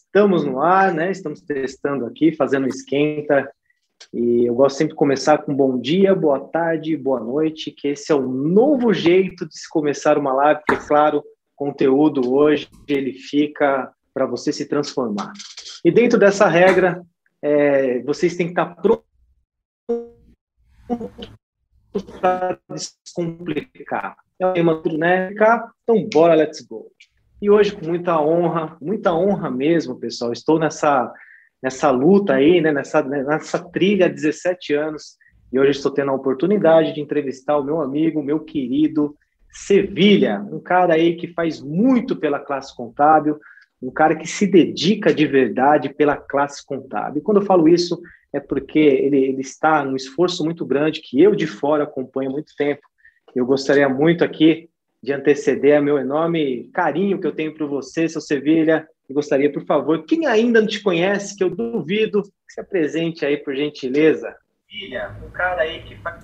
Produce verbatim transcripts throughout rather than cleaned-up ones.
Estamos no ar, né? Estamos testando aqui, fazendo um esquenta. E eu gosto sempre de começar com bom dia, boa tarde, boa noite, que esse é um novo jeito de se começar uma live, porque, claro, o conteúdo hoje ele fica para você se transformar. E dentro dessa regra, é, vocês têm que estar prontos para descomplicar. É um tema, né? Então, bora, let's go. E hoje, com muita honra, muita honra mesmo, pessoal, estou nessa, nessa luta aí, né, nessa, nessa trilha há dezessete anos, e hoje estou tendo a oportunidade de entrevistar o meu amigo, meu querido Sevilha, um cara aí que faz muito pela classe contábil, um cara que se dedica de verdade pela classe contábil. E quando eu falo isso, é porque ele, ele está num esforço muito grande, que eu de fora acompanho há muito tempo. Eu gostaria muito aqui de anteceder o meu enorme carinho que eu tenho por você, seu Sevilha, e gostaria, por favor, quem ainda não te conhece, que eu duvido, que se apresente aí, por gentileza. Sevilha, um cara aí que faz...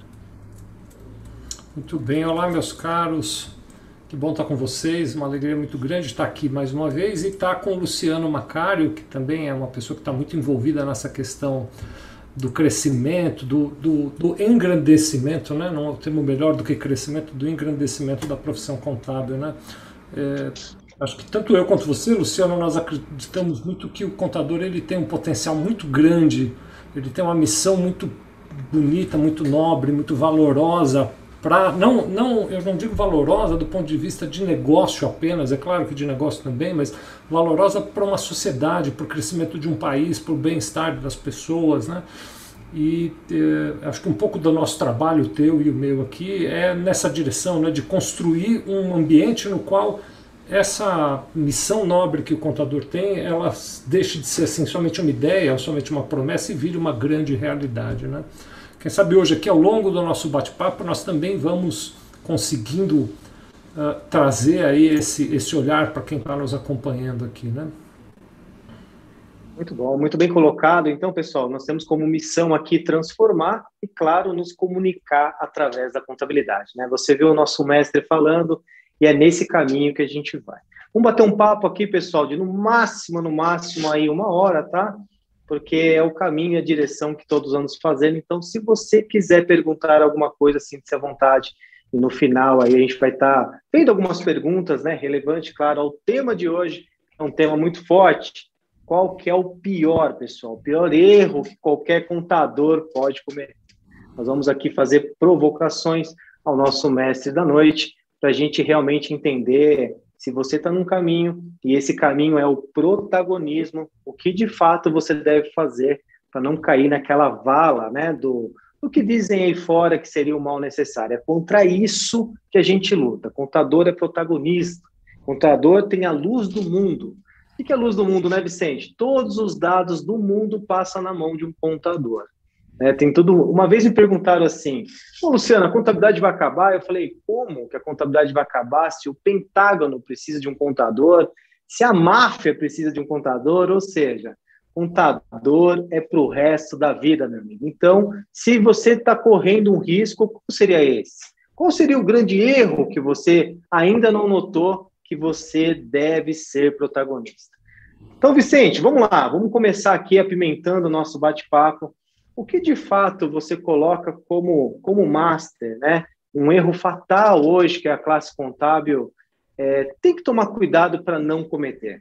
Muito bem, olá meus caros, que bom estar com vocês, uma alegria muito grande estar aqui mais uma vez e estar com o Luciano Macário, que também é uma pessoa que está muito envolvida nessa questão do crescimento, do, do, do engrandecimento, né? Não é o termo melhor do que crescimento, do engrandecimento da profissão contábil, né? É, acho que tanto eu quanto você, Luciano, nós acreditamos muito que o contador ele tem um potencial muito grande, ele tem uma missão muito bonita, muito nobre, muito valorosa. Pra, não, não, eu não digo valorosa do ponto de vista de negócio apenas, é claro que de negócio também, mas valorosa para uma sociedade, para o crescimento de um país, para o bem-estar das pessoas, né? E eh, acho que um pouco do nosso trabalho, o teu e o meu aqui, é nessa direção, né, de construir um ambiente no qual essa missão nobre que o contador tem, ela deixe de ser assim, somente uma ideia, ou somente uma promessa e vire uma grande realidade, né? Quem sabe hoje aqui ao longo do nosso bate-papo nós também vamos conseguindo uh, trazer aí esse, esse olhar para quem está nos acompanhando aqui, né? Muito bom, muito bem colocado. Então, pessoal, nós temos como missão aqui transformar e, claro, nos comunicar através da contabilidade, né? Você viu o nosso mestre falando e é nesse caminho que a gente vai. Vamos bater um papo aqui, pessoal, de no máximo, no máximo aí uma hora, tá? Porque é o caminho e a direção que todos vamos fazendo. Então, se você quiser perguntar alguma coisa, sinta-se à vontade. E no final, aí a gente vai estar tá vendo algumas perguntas, né, relevante, claro, ao tema de hoje. É um tema muito forte. Qual que é o pior, pessoal? O pior erro que qualquer contador pode cometer? Nós vamos aqui fazer provocações ao nosso mestre da noite, para a gente realmente entender se você está num caminho, e esse caminho é o protagonismo, o que de fato você deve fazer para não cair naquela vala, né, do, do que dizem aí fora que seria o mal necessário. É contra isso que a gente luta. Contador é protagonista. Contador tem a luz do mundo. O que é a luz do mundo, né, Vicente? Todos os dados do mundo passam na mão de um contador. É, tem tudo. Uma vez me perguntaram assim: ô, Luciano, a contabilidade vai acabar? Eu falei: como que a contabilidade vai acabar se o Pentágono precisa de um contador, se a máfia precisa de um contador? Ou seja, contador é para o resto da vida, meu amigo. Então, se você está correndo um risco, qual seria esse? Qual seria o grande erro que você ainda não notou que você deve ser protagonista? Então, Vicente, vamos lá, vamos começar aqui apimentando o nosso bate-papo. O que, de fato, você coloca como, como master, né? Um erro fatal hoje que a classe contábil é, tem que tomar cuidado para não cometer?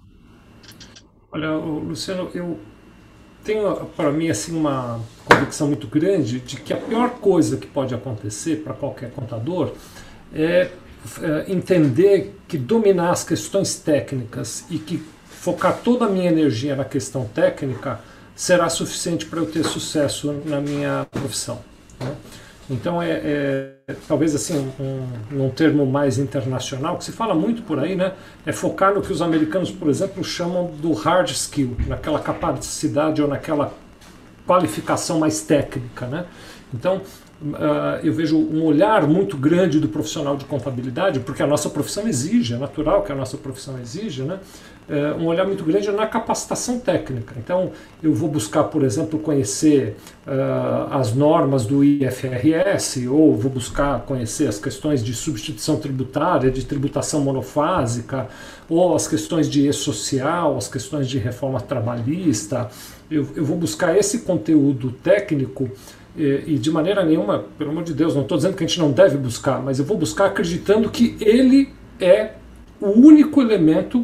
Olha, Luciano, eu tenho para mim assim, uma convicção muito grande de que a pior coisa que pode acontecer para qualquer contador é, é entender que dominar as questões técnicas e que focar toda a minha energia na questão técnica será suficiente para eu ter sucesso na minha profissão, né? Então, é, é talvez assim, um, num termo mais internacional, que se fala muito por aí, né, é focar no que os americanos, por exemplo, chamam do hard skill, naquela capacidade ou naquela qualificação mais técnica, né? Então, uh, eu vejo um olhar muito grande do profissional de contabilidade, porque a nossa profissão exige, é natural que a nossa profissão exige, né? Uh, um olhar muito grande na capacitação técnica. Então, eu vou buscar, por exemplo, conhecer uh, as normas do I F R S, ou vou buscar conhecer as questões de substituição tributária, de tributação monofásica, ou as questões de e-social, as questões de reforma trabalhista. Eu, eu vou buscar esse conteúdo técnico e, e de maneira nenhuma, pelo amor de Deus, não estou dizendo que a gente não deve buscar, mas eu vou buscar acreditando que ele é o único elemento,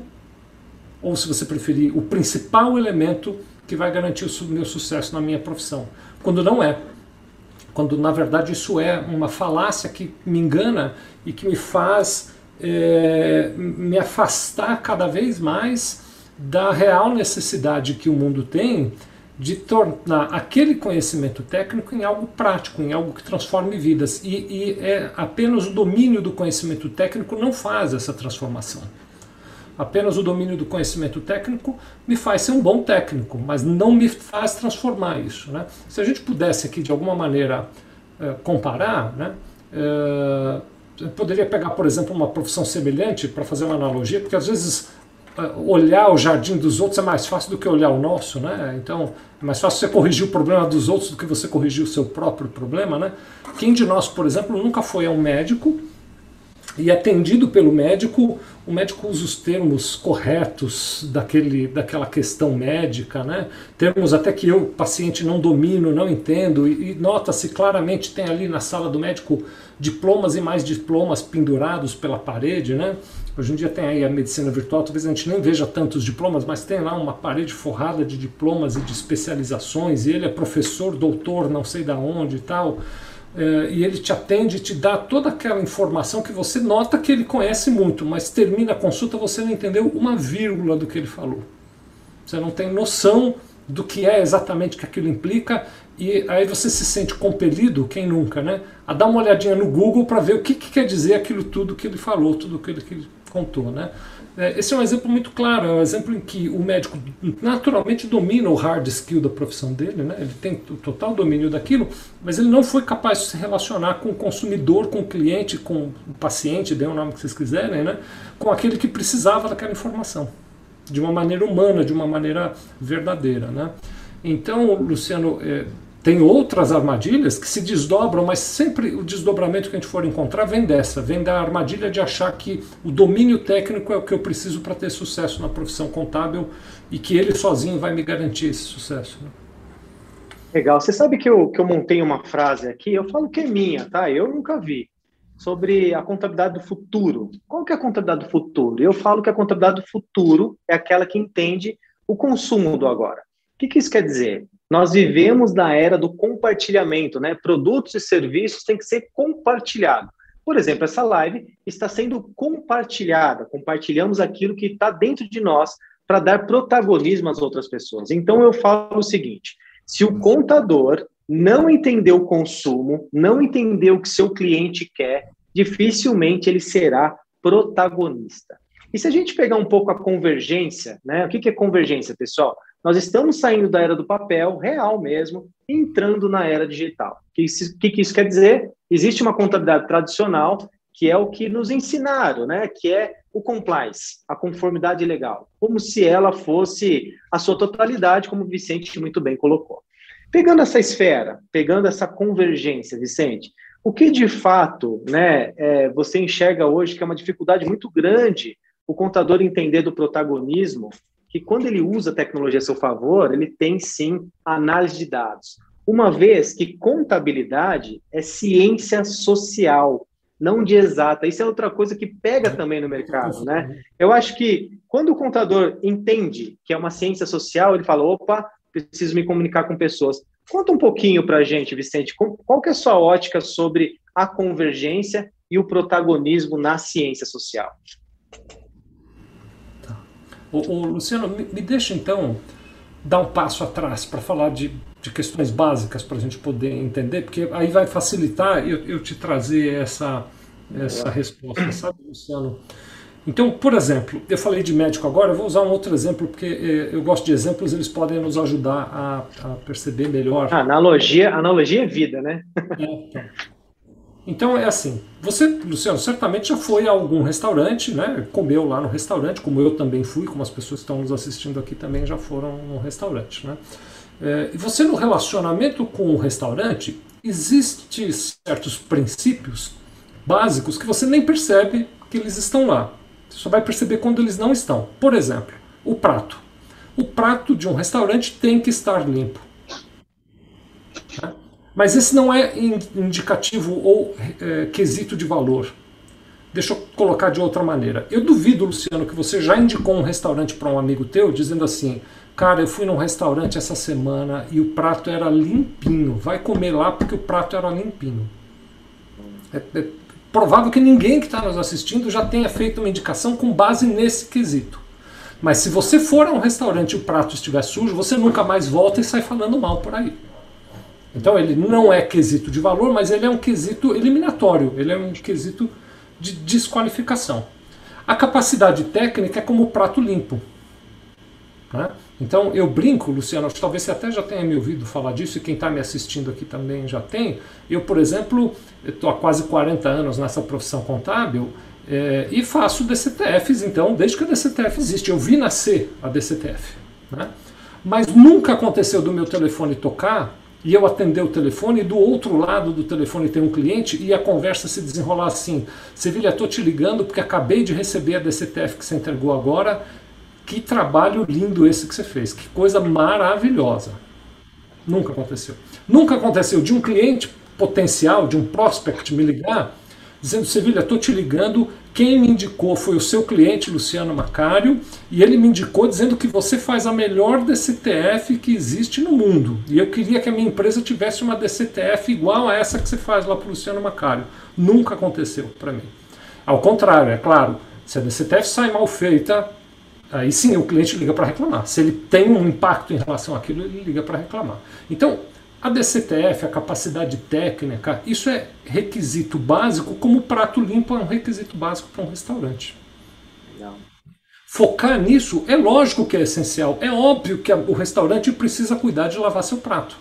ou se você preferir, o principal elemento que vai garantir o meu sucesso na minha profissão. Quando não é. Quando, na verdade, isso é uma falácia que me engana e que me faz é, me afastar cada vez mais da real necessidade que o mundo tem de tornar aquele conhecimento técnico em algo prático, em algo que transforme vidas. E, e é apenas o domínio do conhecimento técnico não faz essa transformação. Apenas o domínio do conhecimento técnico me faz ser um bom técnico, mas não me faz transformar isso, né? Se a gente pudesse aqui de alguma maneira eh, comparar, né, eh, eu poderia pegar, por exemplo, uma profissão semelhante para fazer uma analogia, porque às vezes eh, olhar o jardim dos outros é mais fácil do que olhar o nosso, né? Então é mais fácil você corrigir o problema dos outros do que você corrigir o seu próprio problema, né? Quem de nós, por exemplo, nunca foi a um médico e atendido pelo médico, o médico usa os termos corretos daquele, daquela questão médica, né? Termos até que eu, paciente, não domino, não entendo, e, e nota-se claramente, tem ali na sala do médico diplomas e mais diplomas pendurados pela parede, né? Hoje em dia tem aí a medicina virtual, talvez a gente nem veja tantos diplomas, mas tem lá uma parede forrada de diplomas e de especializações, e ele é professor, doutor, não sei da onde e tal. Uh, e ele te atende, te dá toda aquela informação que você nota que ele conhece muito, mas termina a consulta, você não entendeu uma vírgula do que ele falou. Você não tem noção do que é exatamente que aquilo implica, e aí você se sente compelido, quem nunca, né, a dar uma olhadinha no Google para ver o que, que quer dizer aquilo tudo que ele falou, tudo aquilo que ele contou, né? Esse é um exemplo muito claro, é um exemplo em que o médico naturalmente domina o hard skill da profissão dele, né? Ele tem o total domínio daquilo, mas ele não foi capaz de se relacionar com o consumidor, com o cliente, com o paciente, dê o nome que vocês quiserem, né? Com aquele que precisava daquela informação, de uma maneira humana, de uma maneira verdadeira, né? Então, Luciano, é, tem outras armadilhas que se desdobram, mas sempre o desdobramento que a gente for encontrar vem dessa, vem da armadilha de achar que o domínio técnico é o que eu preciso para ter sucesso na profissão contábil e que ele sozinho vai me garantir esse sucesso, né? Legal. Você sabe que eu, que eu montei uma frase aqui, eu falo que é minha, tá? Eu nunca vi, sobre a contabilidade do futuro. Qual que é a contabilidade do futuro? Eu falo que a contabilidade do futuro é aquela que entende o consumo do agora. O que, que isso quer dizer? Nós vivemos na era do compartilhamento, né? Produtos e serviços têm que ser compartilhados. Por exemplo, essa live está sendo compartilhada. Compartilhamos aquilo que está dentro de nós para dar protagonismo às outras pessoas. Então, eu falo o seguinte, se o contador não entender o consumo, não entender o que seu cliente quer, dificilmente ele será protagonista. E se a gente pegar um pouco a convergência, né? O que é convergência, pessoal? Nós estamos saindo da era do papel, real mesmo, entrando na era digital. O que, que, que isso quer dizer? Existe uma contabilidade tradicional, que é o que nos ensinaram, né? Que é o compliance, a conformidade legal, como se ela fosse a sua totalidade, como o Vicente muito bem colocou. Pegando essa esfera, pegando essa convergência, Vicente, o que de fato, né, é, você enxerga hoje que é uma dificuldade muito grande o contador entender do protagonismo, que quando ele usa a tecnologia a seu favor, ele tem sim análise de dados. Uma vez que contabilidade é ciência social, não de exata. Isso é outra coisa que pega também no mercado, né? Eu acho que quando o contador entende que é uma ciência social, ele fala, opa, preciso me comunicar com pessoas. Conta um pouquinho para a gente, Vicente, qual que é a sua ótica sobre a convergência e o protagonismo na ciência social? Tá. Ô, ô, Luciano, me, me deixa então dar um passo atrás para falar de, de questões básicas para a gente poder entender, porque aí vai facilitar eu, eu te trazer essa, essa resposta, sabe, Luciano? Então, por exemplo, eu falei de médico agora, eu vou usar um outro exemplo, porque eh, eu gosto de exemplos, eles podem nos ajudar a, a perceber melhor. A analogia, analogia é vida, né? É, então. Então é assim, você, Luciano, certamente já foi a algum restaurante, né? Comeu lá no restaurante, como eu também fui, como as pessoas que estão nos assistindo aqui também já foram no restaurante, né? É, e você no relacionamento com o restaurante, existem certos princípios básicos que você nem percebe que eles estão lá. Você só vai perceber quando eles não estão. Por exemplo, o prato. O prato de um restaurante tem que estar limpo. Né? Mas esse não é indicativo ou é, quesito de valor. Deixa eu colocar de outra maneira. Eu duvido, Luciano, que você já indicou um restaurante para um amigo teu, dizendo assim, cara, eu fui num restaurante essa semana e o prato era limpinho. Vai comer lá porque o prato era limpinho. É, é provável que ninguém que está nos assistindo já tenha feito uma indicação com base nesse quesito. Mas se você for a um restaurante e o prato estiver sujo, você nunca mais volta e sai falando mal por aí. Então ele não é quesito de valor, mas ele é um quesito eliminatório, ele é um quesito de desqualificação. A capacidade técnica é como o prato limpo. Né? Então eu brinco, Luciano, acho que talvez você até já tenha me ouvido falar disso, e quem está me assistindo aqui também já tem. Eu, por exemplo, estou há quase quarenta anos nessa profissão contábil é, e faço D C T Fs, então, desde que a D C T F existe. Eu vi nascer a D C T F. Né? Mas nunca aconteceu do meu telefone tocar e eu atender o telefone, e do outro lado do telefone tem um cliente e a conversa se desenrolar assim: Sevilha, estou te ligando porque acabei de receber a D C T F que você entregou agora, que trabalho lindo esse que você fez, que coisa maravilhosa. Nunca aconteceu. Nunca aconteceu de um cliente potencial, de um prospect me ligar, dizendo, Sevilha, estou te ligando, quem me indicou foi o seu cliente, Luciano Macário, e ele me indicou dizendo que você faz a melhor D C T F que existe no mundo. E eu queria que a minha empresa tivesse uma D C T F igual a essa que você faz lá para o Luciano Macário. Nunca aconteceu para mim. Ao contrário, é claro, se a D C T F sai mal feita, aí sim o cliente liga para reclamar. Se ele tem um impacto em relação àquilo, ele liga para reclamar. Então, a D C T F, a capacidade técnica, isso é requisito básico, como o prato limpo é um requisito básico para um restaurante. Não. Focar nisso é lógico que é essencial. É óbvio que o restaurante precisa cuidar de lavar seu prato.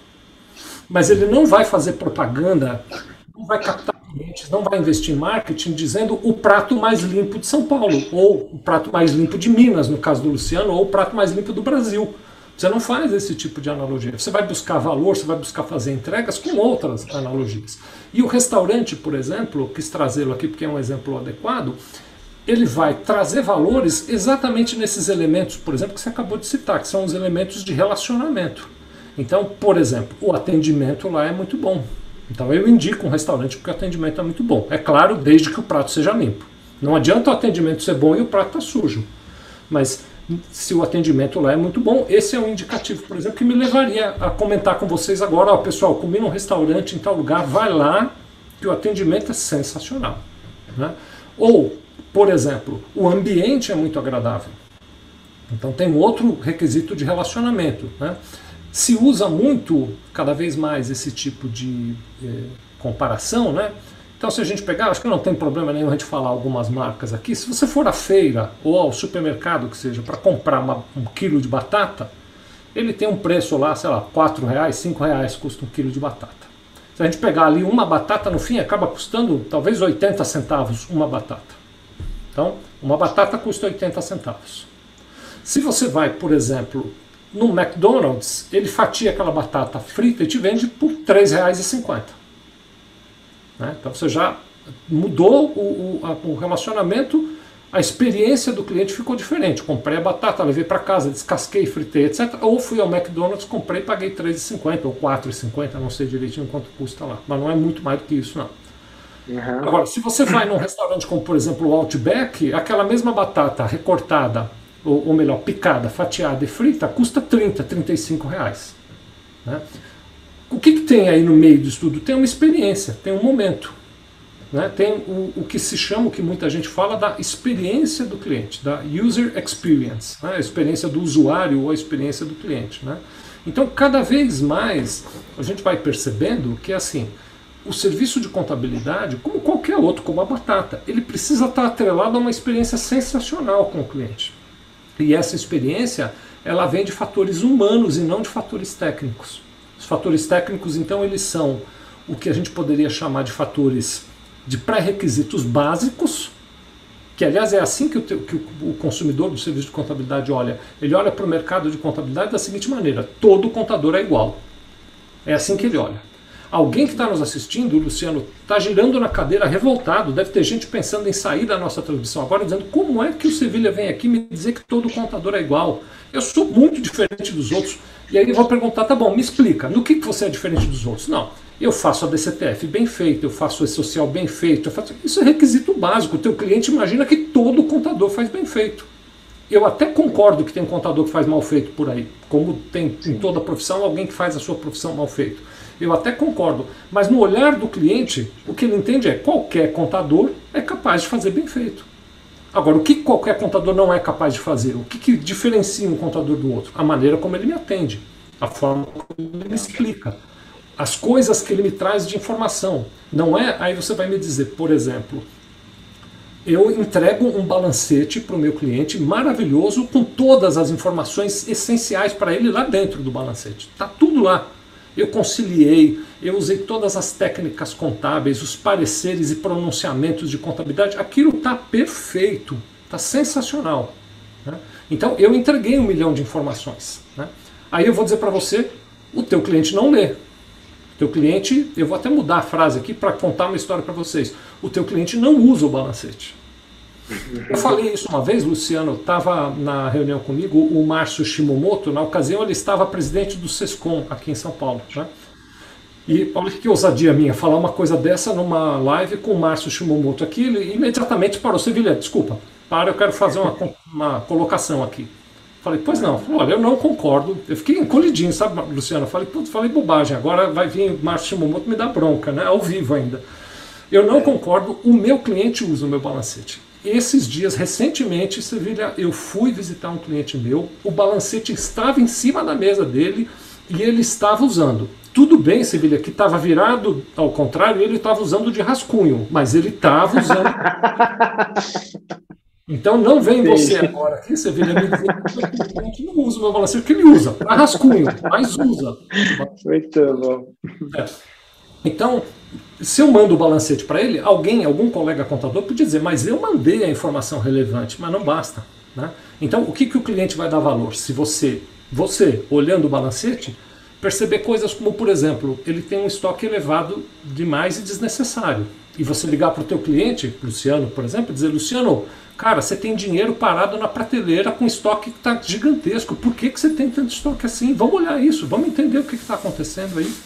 Mas ele não vai fazer propaganda, não vai captar clientes, não vai investir em marketing dizendo o prato mais limpo de São Paulo, ou o prato mais limpo de Minas, no caso do Luciano, ou o prato mais limpo do Brasil. Você não faz esse tipo de analogia. Você vai buscar valor, você vai buscar fazer entregas com outras analogias. E o restaurante, por exemplo, quis trazê-lo aqui porque é um exemplo adequado, ele vai trazer valores exatamente nesses elementos, por exemplo, que você acabou de citar, que são os elementos de relacionamento. Então, por exemplo, o atendimento lá é muito bom. Então eu indico um restaurante porque o atendimento é muito bom. É claro, desde que o prato seja limpo. Não adianta o atendimento ser bom e o prato está sujo. Mas se o atendimento lá é muito bom, esse é um indicativo, por exemplo, que me levaria a comentar com vocês agora, ó, pessoal, comi num restaurante em tal lugar, vai lá, que o atendimento é sensacional. Né? Ou, por exemplo, o ambiente é muito agradável. Então tem um outro requisito de relacionamento. Né? Se usa muito, cada vez mais, esse tipo de eh, comparação, né? Então, se a gente pegar, acho que não tem problema nenhum a gente falar algumas marcas aqui. Se você for à feira ou ao supermercado, que seja, para comprar uma, um quilo de batata, ele tem um preço lá, sei lá, quatro reais, cinco reais custa um quilo de batata. Se a gente pegar ali uma batata, no fim, acaba custando talvez oitenta centavos uma batata. Então, uma batata custa oitenta centavos. Se você vai, por exemplo, no McDonald's, ele fatia aquela batata frita e te vende por três reais e cinquenta centavos. Né? Então você já mudou o, o, a, o relacionamento, a experiência do cliente ficou diferente. Comprei a batata, levei para casa, descasquei, fritei, etcétera. Ou fui ao McDonald's, comprei e paguei três reais e cinquenta centavos ou quatro reais e cinquenta centavos, não sei direitinho quanto custa lá. Mas não é muito mais do que isso, não. Uhum. Agora, se você vai num restaurante como, por exemplo, o Outback, aquela mesma batata recortada, ou, ou melhor, picada, fatiada e frita, custa trinta, trinta e cinco reais. Né? O que, que tem aí no meio disso tudo? Tem uma experiência, tem um momento. Né? Tem o, o que se chama, o que muita gente fala, da experiência do cliente, da user experience, né? A experiência do usuário ou a experiência do cliente. Né? Então, cada vez mais, a gente vai percebendo que, assim, o serviço de contabilidade, como qualquer outro, como a batata, ele precisa estar atrelado a uma experiência sensacional com o cliente. E essa experiência, ela vem de fatores humanos e não de fatores técnicos. Os fatores técnicos, então, eles são o que a gente poderia chamar de fatores de pré-requisitos básicos, que, aliás, é assim que o, que o consumidor do serviço de contabilidade olha. Ele olha para o mercado de contabilidade da seguinte maneira: todo contador é igual. É assim que ele olha. Alguém que está nos assistindo, o Luciano, está girando na cadeira revoltado, deve ter gente pensando em sair da nossa transmissão agora, dizendo como é que o Sevilha vem aqui me dizer que todo contador é igual? Eu sou muito diferente dos outros. E aí eu vou perguntar, tá bom, me explica, no que, que você é diferente dos outros? Não, eu faço a D C T F bem feito, eu faço o E-Social bem feito, eu faço... isso é requisito básico. O teu cliente imagina que todo contador faz bem feito. Eu até concordo que tem um contador que faz mal feito por aí, como tem em toda profissão alguém que faz a sua profissão mal feito. Eu até concordo, mas no olhar do cliente, o que ele entende é qualquer contador é capaz de fazer bem feito. Agora, o que qualquer contador não é capaz de fazer? O que, que diferencia um contador do outro? A maneira como ele me atende, a forma como ele me explica, as coisas que ele me traz de informação. Não é, aí você vai me dizer, por exemplo, eu entrego um balancete para o meu cliente maravilhoso com todas as informações essenciais para ele lá dentro do balancete. Está tudo lá. Eu conciliei, eu usei todas as técnicas contábeis, os pareceres e pronunciamentos de contabilidade. Aquilo está perfeito, está sensacional. Né? Então eu entreguei um milhão de informações. Né? Aí eu vou dizer para você, o teu cliente não lê. O teu cliente, eu vou até mudar a frase aqui para contar uma história para vocês. O teu cliente não usa o balancete. Eu falei isso uma vez, Luciano, estava na reunião comigo o Márcio Shimomoto, na ocasião ele estava presidente do SESCOM aqui em São Paulo. Né? E olha que ousadia minha, falar uma coisa dessa numa live com o Márcio Shimomoto aqui, ele imediatamente parou. Sevilha, desculpa, para, eu quero fazer uma, uma colocação aqui. Falei, pois não, falei, olha, eu não concordo. Eu fiquei encolhidinho, sabe, Luciano? Falei, putz, falei bobagem, agora vai vir o Márcio Shimomoto me dar bronca, né? Ao vivo ainda. Eu não concordo, o meu cliente usa o meu balancete. Esses dias, recentemente, Sevilha, eu fui visitar um cliente meu, o balancete estava em cima da mesa dele e ele estava usando. Tudo bem, Sevilha, que estava virado ao contrário, ele estava usando de rascunho, mas ele estava usando. Então não vem você agora aqui, Sevilha, me dizer que o cliente não usa o meu balancete, que ele usa, para rascunho, mas usa. Muito bom. É. Então, se eu mando o balancete para ele, alguém, algum colega contador pode dizer, mas eu mandei a informação relevante, mas não basta. Né? Então, o que, que o cliente vai dar valor? Se você, você, olhando o balancete, perceber coisas como, por exemplo, ele tem um estoque elevado demais e desnecessário. E você ligar para o teu cliente, Luciano, por exemplo, e dizer, Luciano, cara, você tem dinheiro parado na prateleira com estoque que está gigantesco. Por que, que você tem tanto estoque assim? Vamos olhar isso, vamos entender o que está acontecendo aí.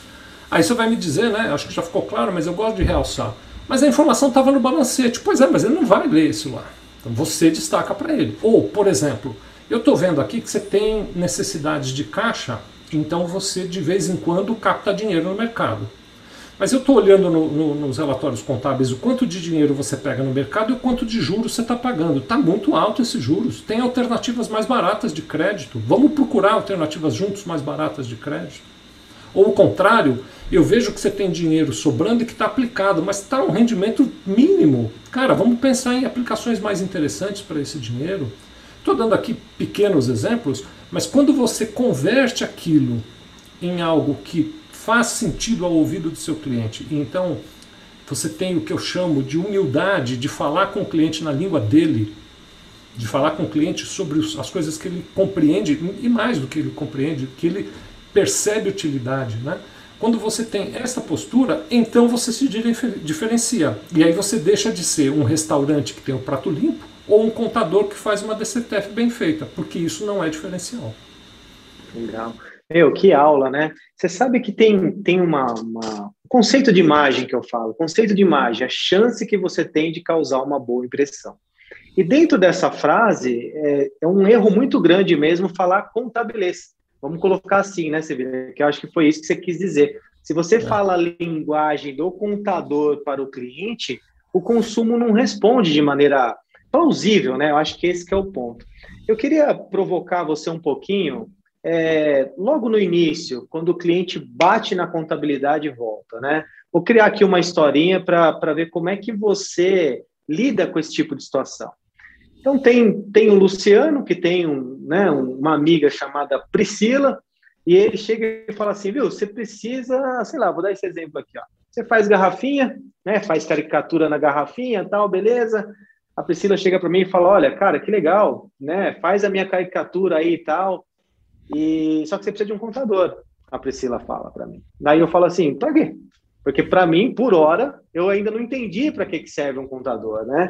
Aí você vai me dizer, né? Acho que já ficou claro, mas eu gosto de realçar. Mas a informação estava no balancete. Pois é, mas ele não vai ler isso lá. Então você destaca para ele. Ou, por exemplo, eu estou vendo aqui que você tem necessidades de caixa, então você de vez em quando capta dinheiro no mercado. Mas eu estou olhando no, no, nos relatórios contábeis o quanto de dinheiro você pega no mercado e o quanto de juros você está pagando. Está muito alto esses juros. Tem alternativas mais baratas de crédito. Vamos procurar alternativas juntos mais baratas de crédito. Ou o contrário, eu vejo que você tem dinheiro sobrando e que está aplicado, mas está um rendimento mínimo. Cara, vamos pensar em aplicações mais interessantes para esse dinheiro. Estou dando aqui pequenos exemplos, mas quando você converte aquilo em algo que faz sentido ao ouvido do seu cliente, e então você tem o que eu chamo de humildade de falar com o cliente na língua dele, de falar com o cliente sobre as coisas que ele compreende, e mais do que ele compreende, que ele percebe utilidade, né? Quando você tem essa postura, então você se diferencia. E aí você deixa de ser um restaurante que tem um prato limpo ou um contador que faz uma D C T F bem feita, porque isso não é diferencial. Legal. Meu, que aula, né? Você sabe que tem, tem uma, uma... conceito de imagem que eu falo, conceito de imagem, a chance que você tem de causar uma boa impressão. E dentro dessa frase, é, é um erro muito grande mesmo falar contabilês. Vamos colocar assim, né, Sevilha? Que eu acho que foi isso que você quis dizer. Se você é. fala a linguagem do contador para o cliente, o consumo não responde de maneira plausível, né? Eu acho que esse que é o ponto. Eu queria provocar você um pouquinho, é, logo no início, quando o cliente bate na contabilidade e volta, né? vou criar aqui uma historinha para ver como é que você lida com esse tipo de situação. Então, tem, tem o Luciano, que tem um, né, uma amiga chamada Priscila, e ele chega e fala assim, viu, você precisa, sei lá, vou dar esse exemplo aqui, ó. Você faz garrafinha, né, faz caricatura na garrafinha, tal, beleza. A Priscila chega para mim e fala, olha, cara, que legal, né, faz a minha caricatura aí e tal, e só que você precisa de um contador, a Priscila fala para mim. Daí eu falo assim, para quê? Porque para mim, por hora, eu ainda não entendi para que que serve um contador, né?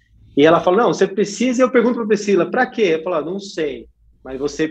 E ela fala, não, você precisa, e eu pergunto para a Priscila, para quê? Eu falo, ah, não sei, mas você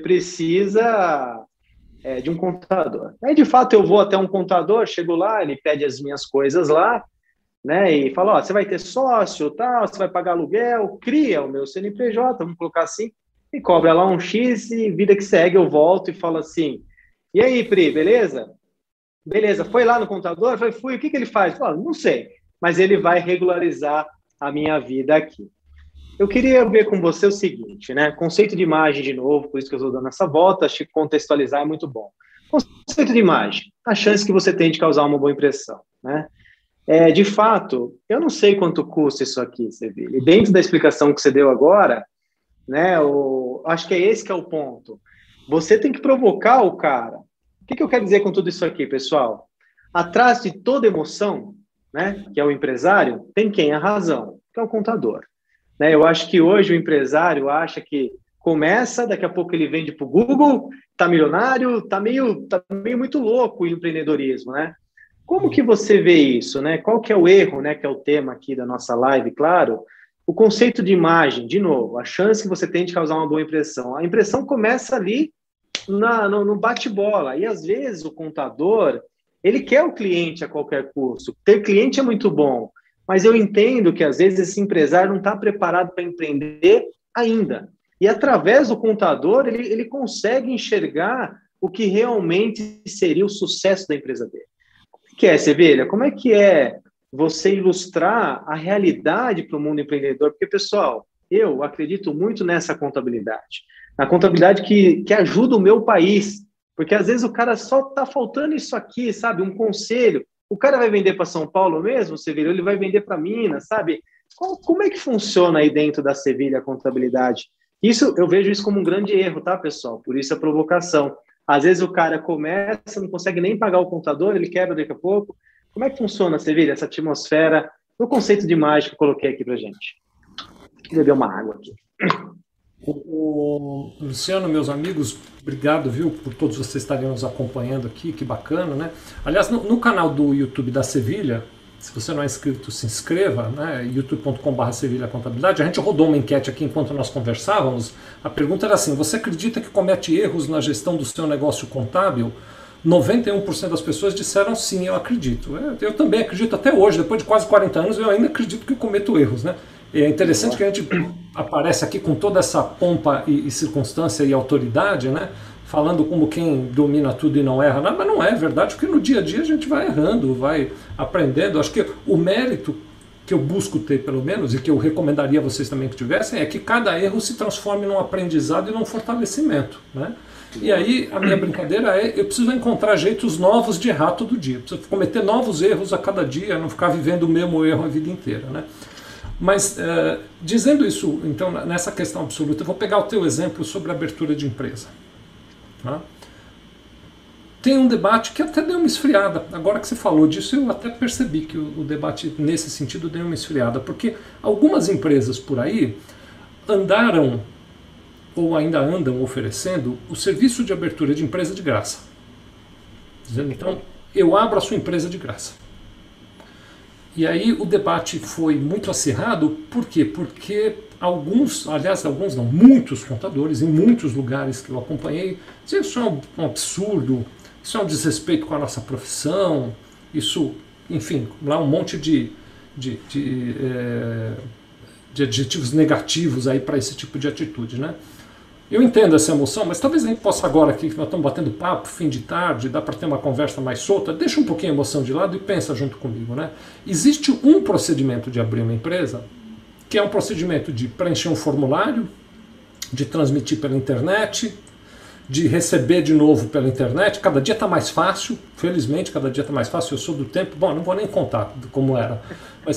precisa é, de um contador. Aí, de fato, eu vou até um contador, chego lá, ele pede as minhas coisas lá, né, e fala, ó, você vai ter sócio, tal, você vai pagar aluguel, cria o meu C N P J, vamos colocar assim, e cobra lá um X, e vida que segue, eu volto e falo assim, e aí, Pri, beleza? Beleza, foi lá no contador? Eu falei, fui, o que que ele faz? Eu falo, não sei, mas ele vai regularizar a minha vida aqui. Eu queria ver com você o seguinte, né? Conceito de imagem de novo, por isso que eu estou dando essa volta, acho que contextualizar é muito bom. Conceito de imagem, a chance que você tem de causar uma boa impressão, né? É, de fato, eu não sei quanto custa isso aqui, Sevilha. E dentro da explicação que você deu agora, né? O, acho que é esse que é o ponto. Você tem que provocar o cara. O que que eu quero dizer com tudo isso aqui, pessoal? Atrás de toda emoção, né, que é o empresário, tem quem? A razão, que é o contador. Né, eu acho que hoje o empresário acha que começa, daqui a pouco ele vende para o Google, está milionário, está meio, tá meio muito louco o empreendedorismo, né? Como que você vê isso, né? Qual que é o erro, né, que é o tema aqui da nossa live, claro? O conceito de imagem, de novo, a chance que você tem de causar uma boa impressão. A impressão começa ali na, no, no bate-bola, e às vezes o contador, ele quer o cliente a qualquer custo. Ter cliente é muito bom, mas eu entendo que, às vezes, esse empresário não está preparado para empreender ainda. E, através do contador, ele, ele consegue enxergar o que realmente seria o sucesso da empresa dele. Como é que é, Sevilha? Como é que é você ilustrar a realidade para o mundo empreendedor? Porque, pessoal, eu acredito muito nessa contabilidade. Na contabilidade que, que ajuda o meu país. Porque, às vezes, o cara só está faltando isso aqui, sabe? Um conselho. O cara vai vender para São Paulo mesmo, Sevilha? Ele vai vender para Minas, sabe? Como, como é que funciona aí dentro da Sevilha a contabilidade? Isso, eu vejo isso como um grande erro, tá, pessoal? Por isso a provocação. Às vezes o cara começa, não consegue nem pagar o contador, ele quebra daqui a pouco. Como é que funciona, Sevilha, essa atmosfera, no conceito de imagem que eu coloquei aqui para gente? Vou beber uma água aqui. O, o Luciano, meus amigos, obrigado, viu, por todos vocês estarem nos acompanhando aqui, que bacana, né? Aliás, no, no canal do YouTube da Sevilha, se você não é inscrito, se inscreva, né? youtube ponto com barra Sevilha Contabilidade. A gente rodou uma enquete aqui enquanto nós conversávamos. A pergunta era assim: você acredita que comete erros na gestão do seu negócio contábil? noventa e um por cento das pessoas disseram sim, eu acredito. Eu, eu também acredito, até hoje, depois de quase quarenta anos, eu ainda acredito que eu cometo erros, né? É interessante que a gente aparece aqui com toda essa pompa e, e circunstância e autoridade, né? Falando como quem domina tudo e não erra nada, mas não é verdade, porque no dia a dia a gente vai errando, vai aprendendo. Acho que o mérito que eu busco ter, pelo menos, e que eu recomendaria a vocês também que tivessem, é que cada erro se transforme num aprendizado e num fortalecimento, né? E aí a minha brincadeira é, eu preciso encontrar jeitos novos de errar todo dia, preciso cometer novos erros a cada dia, não ficar vivendo o mesmo erro a vida inteira, né? Mas, uh, dizendo isso, então, nessa questão absoluta, eu vou pegar o teu exemplo sobre a abertura de empresa. Tá? Tem um debate que até deu uma esfriada. Agora que você falou disso, eu até percebi que o, o debate, nesse sentido, deu uma esfriada. Porque algumas empresas por aí andaram, ou ainda andam oferecendo, o serviço de abertura de empresa de graça. Dizendo, então, eu abro a sua empresa de graça. E aí o debate foi muito acirrado, por quê? Porque alguns, aliás, alguns não, muitos contadores, em muitos lugares que eu acompanhei, diziam, isso é um, um absurdo, isso é um desrespeito com a nossa profissão, isso, enfim, lá um monte de, de, de, é, de adjetivos negativos aí para esse tipo de atitude, né? Eu entendo essa emoção, mas talvez a gente possa agora aqui, que nós estamos batendo papo, fim de tarde, dá para ter uma conversa mais solta, deixa um pouquinho a emoção de lado e pensa junto comigo, né? Existe um procedimento de abrir uma empresa, que é um procedimento de preencher um formulário, de transmitir pela internet, de receber de novo pela internet, cada dia está mais fácil, felizmente cada dia está mais fácil, eu sou do tempo, bom, não vou nem contar como era, mas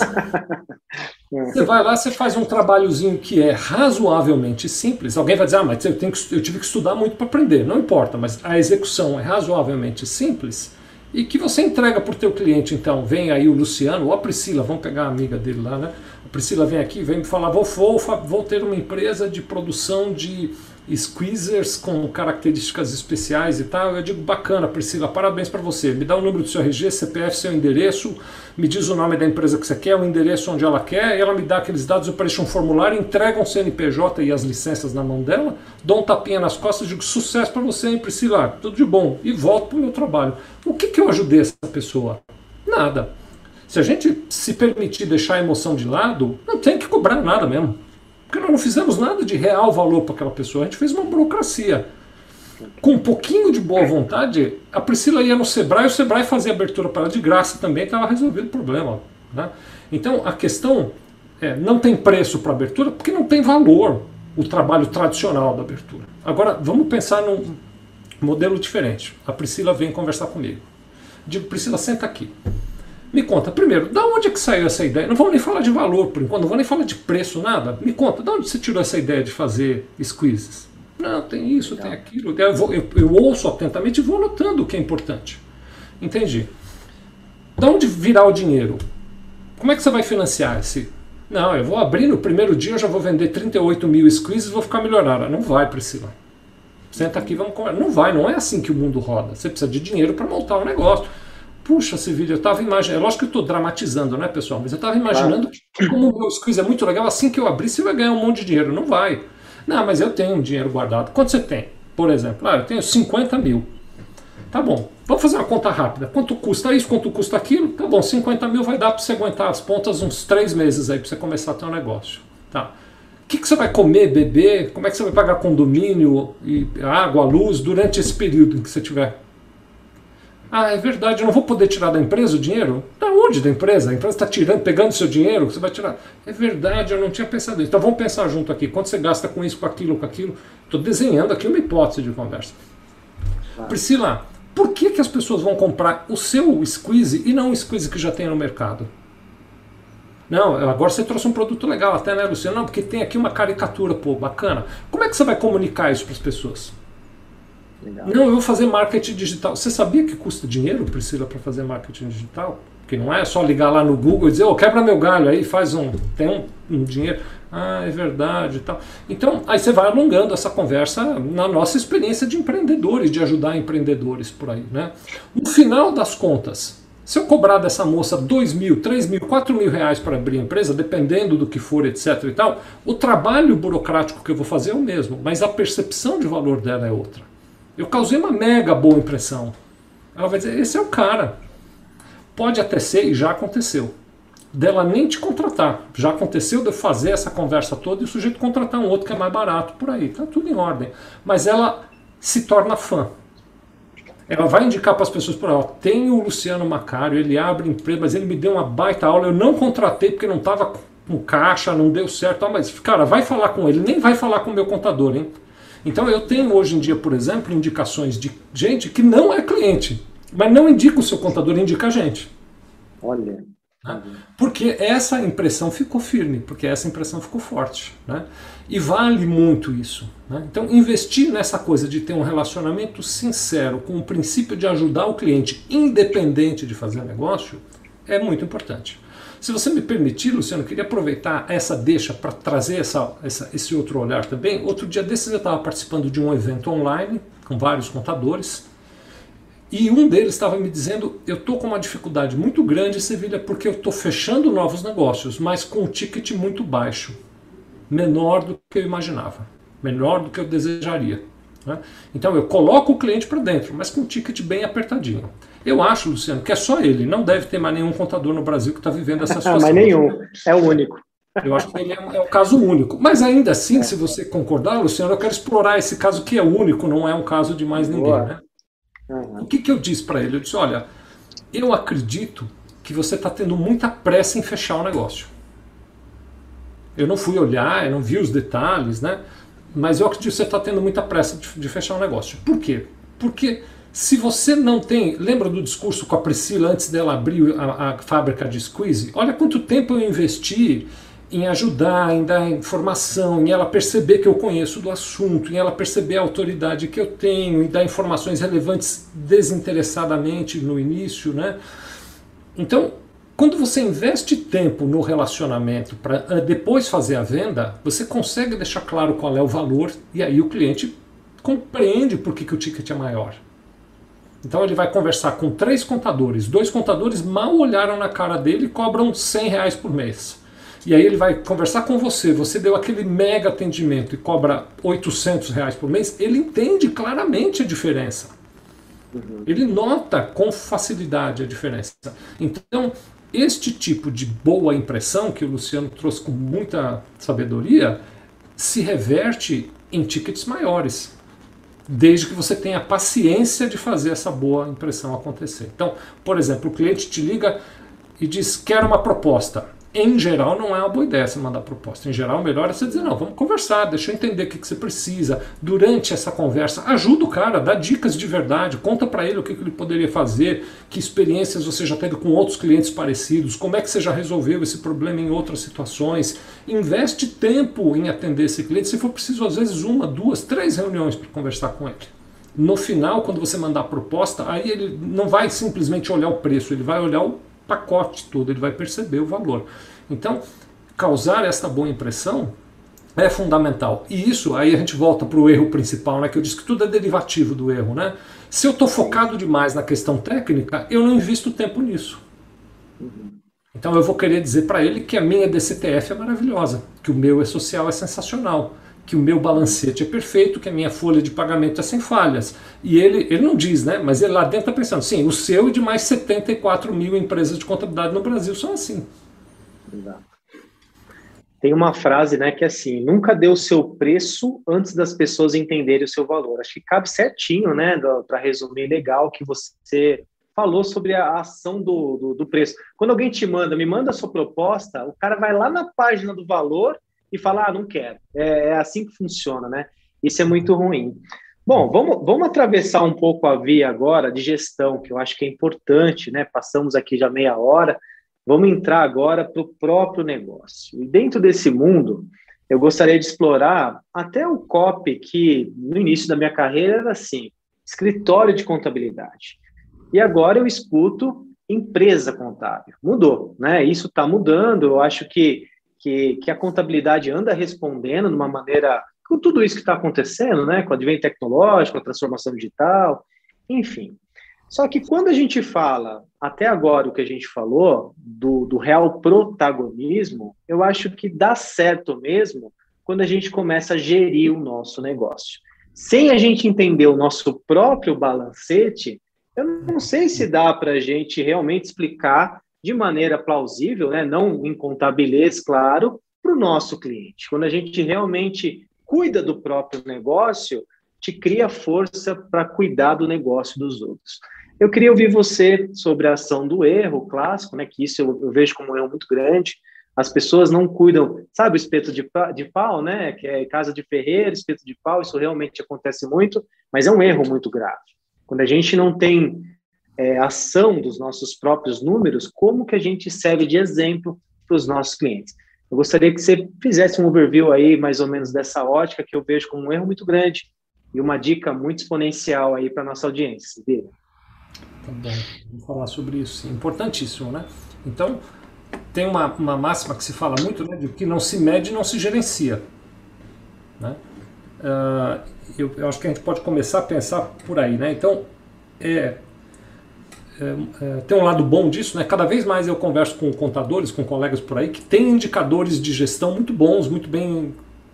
você vai lá, você faz um trabalhozinho que é razoavelmente simples, alguém vai dizer, ah, mas eu, tenho que, eu tive que estudar muito para aprender, não importa, mas a execução é razoavelmente simples, e que você entrega para o teu cliente, então, vem aí o Luciano ou a Priscila, vamos pegar a amiga dele lá, né? A Priscila vem aqui, vem me falar, vou, vou, vou ter uma empresa de produção de squeezers com características especiais e tal. Eu digo, bacana, Priscila, parabéns para você. Me dá o número do seu R G, C P F, seu endereço, me diz o nome da empresa que você quer, o endereço onde ela quer, e ela me dá aqueles dados, eu preencho um formulário, entrego um C N P J e as licenças na mão dela, dou um tapinha nas costas e digo, sucesso para você, hein, Priscila, tudo de bom, e volto para o meu trabalho. O que, que eu ajudei essa pessoa? Nada. Se a gente se permitir deixar a emoção de lado, não tem que cobrar nada mesmo. Porque nós não fizemos nada de real valor para aquela pessoa, a gente fez uma burocracia. Com um pouquinho de boa vontade, a Priscila ia no Sebrae, o Sebrae fazia abertura para ela de graça também, estava resolvido o problema. Né? Então a questão é, não tem preço para abertura porque não tem valor o trabalho tradicional da abertura. Agora vamos pensar num modelo diferente. A Priscila vem conversar comigo. Digo, Priscila, senta aqui. Me conta, primeiro, da onde é que saiu essa ideia? Não vamos nem falar de valor por enquanto, não vamos nem falar de preço, nada. Me conta, da onde você tirou essa ideia de fazer squeezes? Não, tem isso, tem aquilo. Eu, vou, eu, eu ouço atentamente e vou anotando o que é importante. Entendi. Da onde virá o dinheiro? Como é que você vai financiar esse? Não, eu vou abrir no primeiro dia, eu já vou vender trinta e oito mil squeezes e vou ficar milionária. Não vai, Priscila. Senta aqui, vamos conversar. Não vai, não é assim que o mundo roda. Você precisa de dinheiro para montar um negócio. Puxa, Sevilha, eu estava imaginando, é lógico que eu estou dramatizando, né, pessoal? Mas eu estava imaginando que como o meu squeeze é muito legal, assim que eu abrir, você vai ganhar um monte de dinheiro. Não vai. Não, mas eu tenho um dinheiro guardado. Quanto você tem? Por exemplo, ah, eu tenho cinquenta mil. Tá bom, vamos fazer uma conta rápida. Quanto custa isso, quanto custa aquilo? Tá bom, cinquenta mil vai dar para você aguentar as pontas uns três meses aí, para você começar a ter um negócio. Tá. O que, que você vai comer, beber? Como é que você vai pagar condomínio, e água, luz durante esse período em que você tiver? Ah, é verdade, eu não vou poder tirar da empresa o dinheiro? Da onde da empresa? A empresa está tirando, pegando seu dinheiro, você vai tirar. É verdade, eu não tinha pensado nisso. Então vamos pensar junto aqui. Quanto você gasta com isso, com aquilo, com aquilo? Estou desenhando aqui uma hipótese de conversa. Ah. Priscila, por que, que as pessoas vão comprar o seu squeeze e não o squeeze que já tem no mercado? Não, agora você trouxe um produto legal até, né, Luciano? Não, porque tem aqui uma caricatura, pô, bacana. Como é que você vai comunicar isso para as pessoas? Legal. Não, eu vou fazer marketing digital. Você sabia que custa dinheiro, Priscila, para fazer marketing digital? Porque não é só ligar lá no Google e dizer, oh, quebra meu galho aí, faz um, tem um, um dinheiro. Ah, é verdade e tal. Então, aí você vai alongando essa conversa na nossa experiência de empreendedores, de ajudar empreendedores por aí, né? No final das contas, se eu cobrar dessa moça dois mil, três mil, quatro mil reais para abrir a empresa, dependendo do que for, etc e tal, o trabalho burocrático que eu vou fazer é o mesmo, mas a percepção de valor dela é outra. Eu causei uma mega boa impressão. Ela vai dizer, esse é o cara. Pode até ser, e já aconteceu, dela nem te contratar. Já aconteceu de eu fazer essa conversa toda e o sujeito contratar um outro que é mais barato por aí. Tá tudo em ordem. Mas ela se torna fã. Ela vai indicar para as pessoas, por aí, tem o Luciano Macário, ele abre empresa, mas ele me deu uma baita aula, eu não contratei porque não estava com caixa, não deu certo. Mas, cara, vai falar com ele, nem vai falar com o meu contador, hein? Então eu tenho hoje em dia, por exemplo, indicações de gente que não é cliente, mas não indica o seu contador, indica a gente. Olha. Né? Porque essa impressão ficou firme, porque essa impressão ficou forte. Né? E vale muito isso. Né? Então investir nessa coisa de ter um relacionamento sincero, com o princípio de ajudar o cliente, independente de fazer negócio, é muito importante. Se você me permitir, Luciano, eu queria aproveitar essa deixa para trazer essa, essa, esse outro olhar também. Outro dia desses eu estava participando de um evento online com vários contadores e um deles estava me dizendo, eu estou com uma dificuldade muito grande, Sevilha, porque eu estou fechando novos negócios, mas com um ticket muito baixo, menor do que eu imaginava, menor do que eu desejaria. Né? Então eu coloco o cliente para dentro, mas com um ticket bem apertadinho. Eu acho, Luciano, que é só ele. Não deve ter mais nenhum contador no Brasil que está vivendo essa situação. Mas nenhum. É o único. Eu acho que ele é um, é um caso único. Mas ainda assim, é. Se você concordar, Luciano, eu quero explorar esse caso que é único, não é um caso de mais ninguém. Né? Uhum. O que, que eu disse para ele? Eu disse, olha, eu acredito que você está tendo muita pressa em fechar o negócio. Eu não fui olhar, eu não vi os detalhes, né? mas eu acredito que você está tendo muita pressa de, de fechar o negócio. Por quê? Porque se você não tem... Lembra do discurso com a Priscila antes dela abrir a, a fábrica de squeeze? Olha quanto tempo eu investi em ajudar, em dar informação, em ela perceber que eu conheço do assunto, em ela perceber a autoridade que eu tenho, em dar informações relevantes desinteressadamente no início, né? Então, quando você investe tempo no relacionamento para depois fazer a venda, você consegue deixar claro qual é o valor e aí o cliente compreende por que, que o ticket é maior. Então ele vai conversar com três contadores, dois contadores mal olharam na cara dele e cobram cem reais por mês. E aí ele vai conversar com você, você deu aquele mega atendimento e cobra oitocentos reais por mês, ele entende claramente a diferença. Uhum. Ele nota com facilidade a diferença. Então, este tipo de boa impressão que o Luciano trouxe com muita sabedoria, se reverte em tickets maiores, desde que você tenha paciência de fazer essa boa impressão acontecer. Então, por exemplo, o cliente te liga e diz, quero uma proposta. Em geral, não é uma boa ideia você mandar proposta. Em geral, o melhor é você dizer, não, vamos conversar, deixa eu entender o que, que você precisa. Durante essa conversa, ajuda o cara, dá dicas de verdade, conta para ele o que, que ele poderia fazer, que experiências você já teve com outros clientes parecidos, como é que você já resolveu esse problema em outras situações. Investe tempo em atender esse cliente, se for preciso, às vezes, uma, duas, três reuniões para conversar com ele. No final, quando você mandar a proposta, aí ele não vai simplesmente olhar o preço, ele vai olhar o pacote todo, ele vai perceber o valor. Então, causar essa boa impressão é fundamental. E isso, aí a gente volta para o erro principal, né, que eu disse que tudo é derivativo do erro. Né? Se eu estou focado demais na questão técnica, eu não invisto tempo nisso. Então eu vou querer dizer para ele que a minha D C T F é maravilhosa, que o meu E-Social é sensacional, que o meu balancete é perfeito, que a minha folha de pagamento é sem falhas. E ele, ele não diz, né? Mas ele lá dentro está pensando, sim, o seu e de mais setenta e quatro mil empresas de contabilidade no Brasil são assim. Exato. Tem uma frase, né, que é assim, nunca dê o seu preço antes das pessoas entenderem o seu valor. Acho que cabe certinho, né, para resumir legal, que você falou sobre a ação do, do, do preço. Quando alguém te manda, me manda a sua proposta, o cara vai lá na página do valor e falar, ah, não quero. É, é assim que funciona, né? Isso é muito ruim. Bom, vamos, vamos atravessar um pouco a via agora de gestão, que eu acho que é importante, né? Passamos aqui já meia hora, vamos entrar agora para o próprio negócio. E dentro desse mundo, eu gostaria de explorar até o copy que, no início da minha carreira, era assim, escritório de contabilidade. E agora eu escuto empresa contábil. Mudou, né? Isso está mudando, eu acho que Que, que a contabilidade anda respondendo de uma maneira, com tudo isso que está acontecendo, né, com o advento tecnológico, a transformação digital, enfim. Só que quando a gente fala, até agora o que a gente falou, do, do real protagonismo, eu acho que dá certo mesmo quando a gente começa a gerir o nosso negócio. Sem a gente entender o nosso próprio balancete, eu não sei se dá para a gente realmente explicar de maneira plausível, né, não em contabilês, claro, para o nosso cliente. Quando a gente realmente cuida do próprio negócio, te cria força para cuidar do negócio dos outros. Eu queria ouvir você sobre a ação do erro clássico, né, que isso eu, eu vejo como um erro muito grande. As pessoas não cuidam, sabe o espeto de, de pau, né, que é casa de ferreiro, espeto de pau, isso realmente acontece muito, mas é um erro muito grave. Quando a gente não tem É, ação dos nossos próprios números, como que a gente serve de exemplo para os nossos clientes. Eu gostaria que você fizesse um overview aí, mais ou menos, dessa ótica, que eu vejo como um erro muito grande e uma dica muito exponencial aí para a nossa audiência. Viu? Tá bom, vamos falar sobre isso, sim. Importantíssimo, né? Então, tem uma, uma máxima que se fala muito, né, de que não se mede, não se gerencia. Né? Uh, eu, eu acho que a gente pode começar a pensar por aí, né? Então, é... É, é, tem um lado bom disso, né? Cada vez mais eu converso com contadores, com colegas por aí que têm indicadores de gestão muito bons, muito bem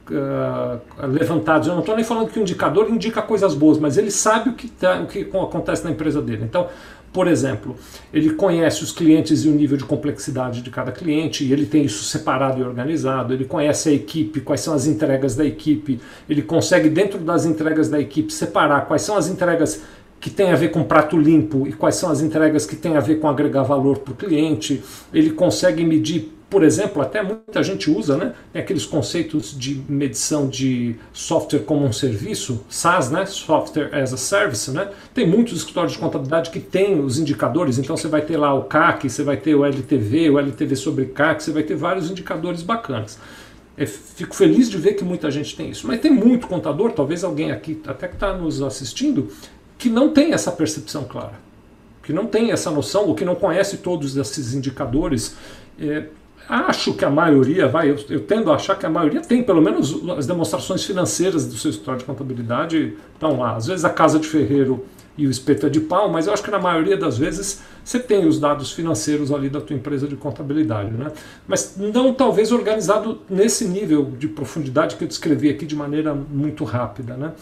uh, levantados. Eu não estou nem falando que o indicador indica coisas boas, mas ele sabe o que, tá, o que acontece na empresa dele. Então, por exemplo, ele conhece os clientes e o nível de complexidade de cada cliente, e ele tem isso separado e organizado, ele conhece a equipe, quais são as entregas da equipe, ele consegue dentro das entregas da equipe separar quais são as entregas que tem a ver com prato limpo e quais são as entregas que tem a ver com agregar valor para o cliente. Ele consegue medir por exemplo, até muita gente usa, né? Tem aqueles conceitos de medição de software como um serviço, SaaS, né? Software as a Service, né? Tem muitos escritórios de contabilidade que têm os indicadores, então você vai ter lá o C A C, você vai ter o L T V, o L T V sobre C A C, você vai ter vários indicadores bacanas. Eu fico feliz de ver que muita gente tem isso, mas tem muito contador, talvez alguém aqui até que está nos assistindo, que não tem essa percepção clara, que não tem essa noção, ou que não conhece todos esses indicadores. É, acho que a maioria, vai, eu, eu tendo a achar que a maioria tem, pelo menos as demonstrações financeiras do seu escritório de contabilidade estão lá. Às vezes a casa de ferreiro e o espeto é de pau, mas eu acho que na maioria das vezes você tem os dados financeiros ali da tua empresa de contabilidade, né? Mas não talvez organizado nesse nível de profundidade que eu descrevi aqui de maneira muito rápida, né?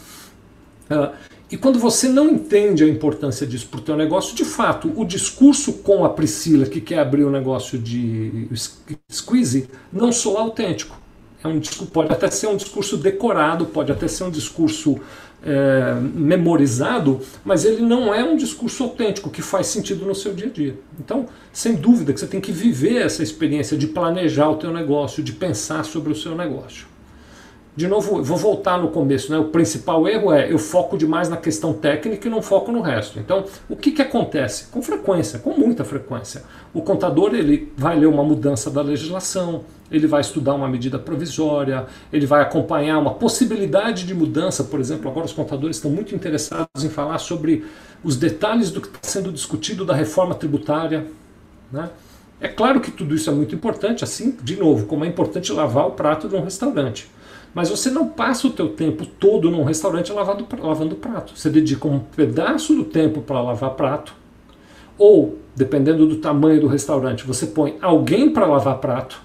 Uh, e quando você não entende a importância disso para o teu negócio, de fato, o discurso com a Priscila que quer abrir um negócio de squeeze não soa autêntico. É um discurso, pode até ser um discurso decorado, pode até ser um discurso é, memorizado, mas ele não é um discurso autêntico que faz sentido no seu dia a dia. Então, sem dúvida que você tem que viver essa experiência de planejar o teu negócio, de pensar sobre o seu negócio. De novo, vou voltar no começo, né? O principal erro é eu foco demais na questão técnica e não foco no resto. Então, o que, que acontece? Com frequência, com muita frequência, o contador ele vai ler uma mudança da legislação, ele vai estudar uma medida provisória, ele vai acompanhar uma possibilidade de mudança. Por exemplo, agora os contadores estão muito interessados em falar sobre os detalhes do que está sendo discutido da reforma tributária, né? É claro que tudo isso é muito importante, assim, de novo, como é importante lavar o prato de um restaurante. Mas você não passa o teu tempo todo num restaurante lavando, lavando prato. Você dedica um pedaço do tempo para lavar prato, ou, dependendo do tamanho do restaurante, você põe alguém para lavar prato,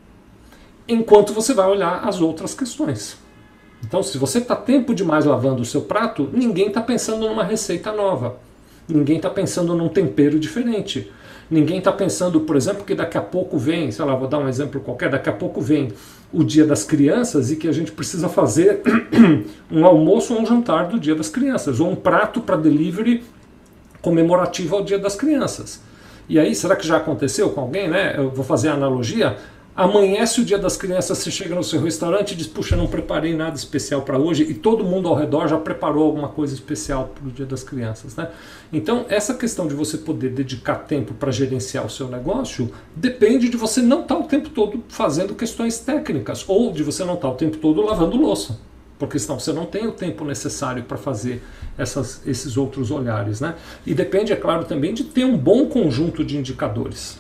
enquanto você vai olhar as outras questões. Então, se você está tempo demais lavando o seu prato, ninguém está pensando numa receita nova. Ninguém está pensando num tempero diferente. Ninguém está pensando, por exemplo, que daqui a pouco vem, sei lá, vou dar um exemplo qualquer, daqui a pouco vem o Dia das Crianças e que a gente precisa fazer um almoço ou um jantar do Dia das Crianças, ou um prato para delivery comemorativo ao Dia das Crianças. E aí, será que já aconteceu com alguém, né? Eu vou fazer a analogia. Amanhece o Dia das Crianças, você chega no seu restaurante e diz, puxa, não preparei nada especial para hoje, e todo mundo ao redor já preparou alguma coisa especial para o Dia das Crianças, né? Então, essa questão de você poder dedicar tempo para gerenciar o seu negócio depende de você não estar o tempo todo fazendo questões técnicas, ou de você não estar o tempo todo lavando louça, porque senão você não tem o tempo necessário para fazer essas, esses outros olhares, né? E depende, é claro, também de ter um bom conjunto de indicadores.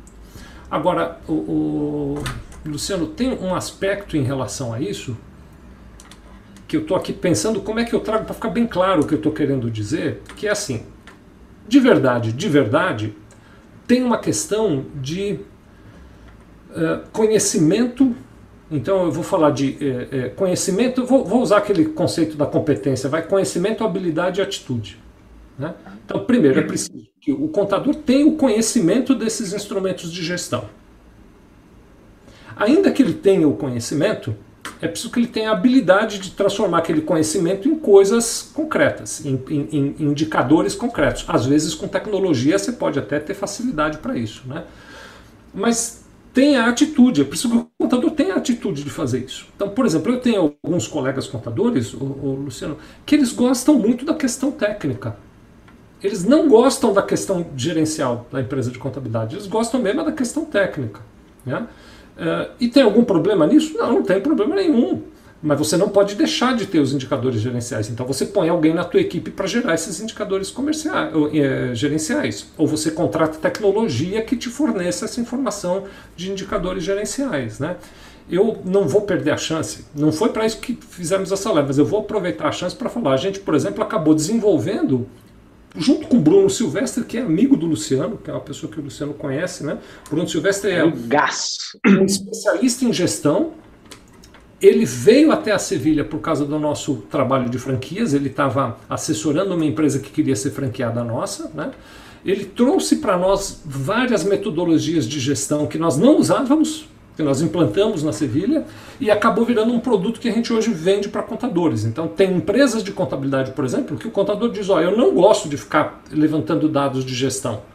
Agora, o, o Luciano, tem um aspecto em relação a isso que eu estou aqui pensando como é que eu trago para ficar bem claro o que eu estou querendo dizer, que é assim, de verdade, de verdade, tem uma questão de uh, conhecimento. Então eu vou falar de uh, uh, conhecimento, eu vou, vou usar aquele conceito da competência, vai conhecimento, habilidade e atitude, né? Então, primeiro, é preciso que o contador tenha o conhecimento desses instrumentos de gestão. Ainda que ele tenha o conhecimento, é preciso que ele tenha a habilidade de transformar aquele conhecimento em coisas concretas, em, em, em indicadores concretos. Às vezes, com tecnologia, você pode até ter facilidade para isso, né? Mas tenha a atitude, é preciso que o contador tenha a atitude de fazer isso. Então, por exemplo, eu tenho alguns colegas contadores, o, o Luciano, que eles gostam muito da questão técnica. Eles não gostam da questão gerencial da empresa de contabilidade, eles gostam mesmo da questão técnica, né? Uh, e tem algum problema nisso? Não, não tem problema nenhum. Mas você não pode deixar de ter os indicadores gerenciais. Então você põe alguém na tua equipe para gerar esses indicadores comerciais, ou, é, gerenciais. Ou você contrata tecnologia que te forneça essa informação de indicadores gerenciais, né? Eu não vou perder a chance, não foi para isso que fizemos essa live, mas eu vou aproveitar a chance para falar. A gente, por exemplo, acabou desenvolvendo, junto com o Bruno Silvestre, que é amigo do Luciano, que é uma pessoa que o Luciano conhece, né? Bruno Silvestre é um, um especialista em gestão. Ele veio até a Sevilha por causa do nosso trabalho de franquias, ele estava assessorando uma empresa que queria ser franqueada nossa, né? Ele trouxe para nós várias metodologias de gestão que nós não usávamos, que nós implantamos na Sevilha, e acabou virando um produto que a gente hoje vende para contadores. Então tem empresas de contabilidade, por exemplo, que o contador diz, ó, eu não gosto de ficar levantando dados de gestão.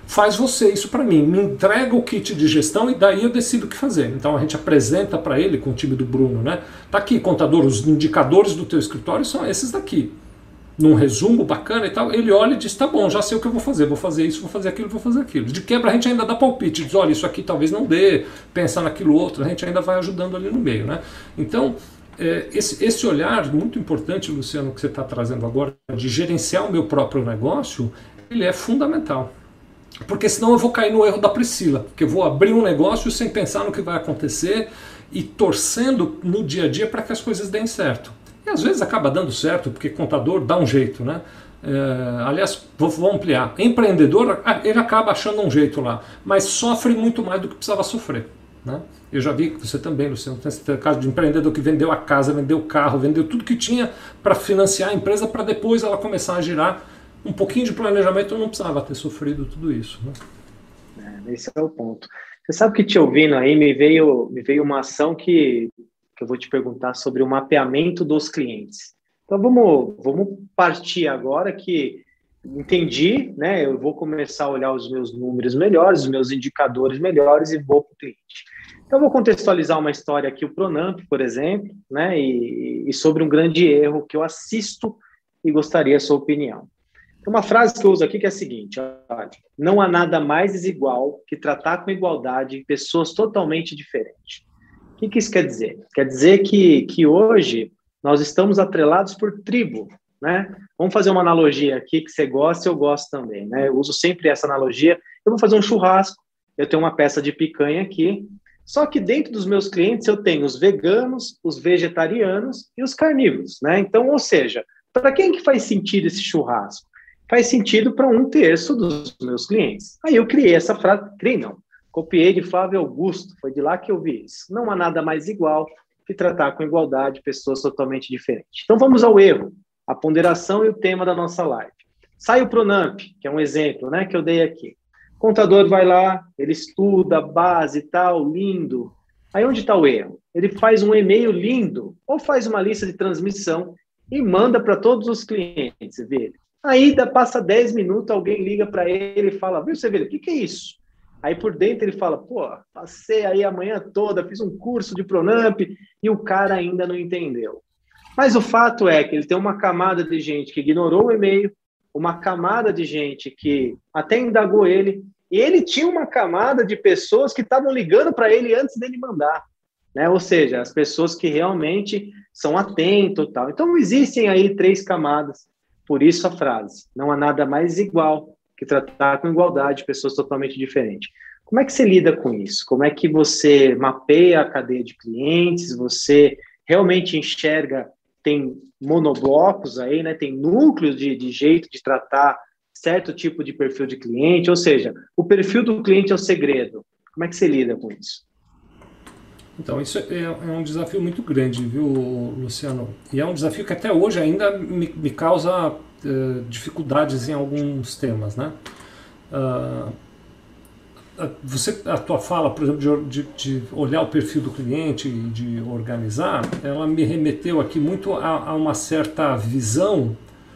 faz você isso para mim, me entrega o kit de gestão e daí eu decido o que fazer. Então a gente apresenta para ele, com o time do Bruno, né? Tá aqui, contador, os indicadores do teu escritório são esses daqui. Num resumo bacana e tal, ele olha e diz, tá bom, já sei o que eu vou fazer, vou fazer isso, vou fazer aquilo, vou fazer aquilo. De quebra a gente ainda dá palpite, diz, olha, isso aqui talvez não dê, pensa naquilo outro, a gente ainda vai ajudando ali no meio, né? Então, é, esse, esse olhar muito importante, Luciano, que você está trazendo agora, de gerenciar o meu próprio negócio, ele é fundamental. Porque senão eu vou cair no erro da Priscila, porque eu vou abrir um negócio sem pensar no que vai acontecer e torcendo no dia a dia para que as coisas deem certo. E às vezes acaba dando certo, porque contador dá um jeito, né? É, aliás, vou, vou ampliar. Empreendedor, ele acaba achando um jeito lá, mas sofre muito mais do que precisava sofrer, né? Eu já vi que você também, Luciano, tem esse caso de empreendedor que vendeu a casa, vendeu o carro, vendeu tudo que tinha para financiar a empresa para depois ela começar a girar. Um pouquinho de planejamento, eu não precisava ter sofrido tudo isso, né? É, esse é o ponto. Você sabe que te ouvindo aí, me veio, me veio uma ação que, que eu vou te perguntar sobre o mapeamento dos clientes. Então vamos, vamos partir agora que entendi, né? Eu vou começar a olhar os meus números melhores, os meus indicadores melhores e vou para o cliente. Então eu vou contextualizar uma história aqui, o Pronamp, por exemplo, né? E, e sobre um grande erro que eu assisto e gostaria da sua opinião. Tem uma frase que eu uso aqui que é a seguinte, olha, não há nada mais desigual que tratar com igualdade pessoas totalmente diferentes. O que, que isso quer dizer? Quer dizer que, que hoje nós estamos atrelados por tribo, né? Vamos fazer uma analogia aqui que você gosta e eu gosto também, né? Eu uso sempre essa analogia. Eu vou fazer um churrasco, eu tenho uma peça de picanha aqui, só que dentro dos meus clientes eu tenho os veganos, os vegetarianos e os carnívoros, né? Então, ou seja, para quem que faz sentido esse churrasco? Faz sentido para um terço dos meus clientes. Aí eu criei essa frase, criei não, copiei de Flávio Augusto, foi de lá que eu vi isso. Não há nada mais igual que tratar com igualdade pessoas totalmente diferentes. Então vamos ao erro, a ponderação e o tema da nossa live. Sai o Pronamp, que é um exemplo, né, que eu dei aqui. O contador vai lá, ele estuda a base e tal, lindo. Aí onde está o erro? Ele faz um e-mail lindo, ou faz uma lista de transmissão e manda para todos os clientes dele. Aí passa dez minutos, alguém liga para ele e fala, viu, Severino, o que, que é isso? Aí por dentro ele fala, pô, passei aí a manhã toda, fiz um curso de Pronamp e o cara ainda não entendeu. Mas o fato é que ele tem uma camada de gente que ignorou o e-mail, uma camada de gente que até indagou ele, e ele tinha uma camada de pessoas que estavam ligando para ele antes dele mandar, né? Ou seja, as pessoas que realmente são atentas e tal. Então existem aí três camadas. Por isso a frase, não há nada mais igual que tratar com igualdade pessoas totalmente diferentes. Como é que você lida com isso? Como é que você mapeia a cadeia de clientes? Você realmente enxerga, tem monoblocos aí, né? Tem núcleos de, de jeito de tratar certo tipo de perfil de cliente? Ou seja, o perfil do cliente é o segredo. Como é que você lida com isso? Então, isso é, é um desafio muito grande, viu, Luciano? E é um desafio que até hoje ainda me, me causa uh, dificuldades em alguns temas, né? Uh, você, a tua fala, por exemplo, de, de, de olhar o perfil do cliente e de organizar, ela me remeteu aqui muito a, a uma certa visão.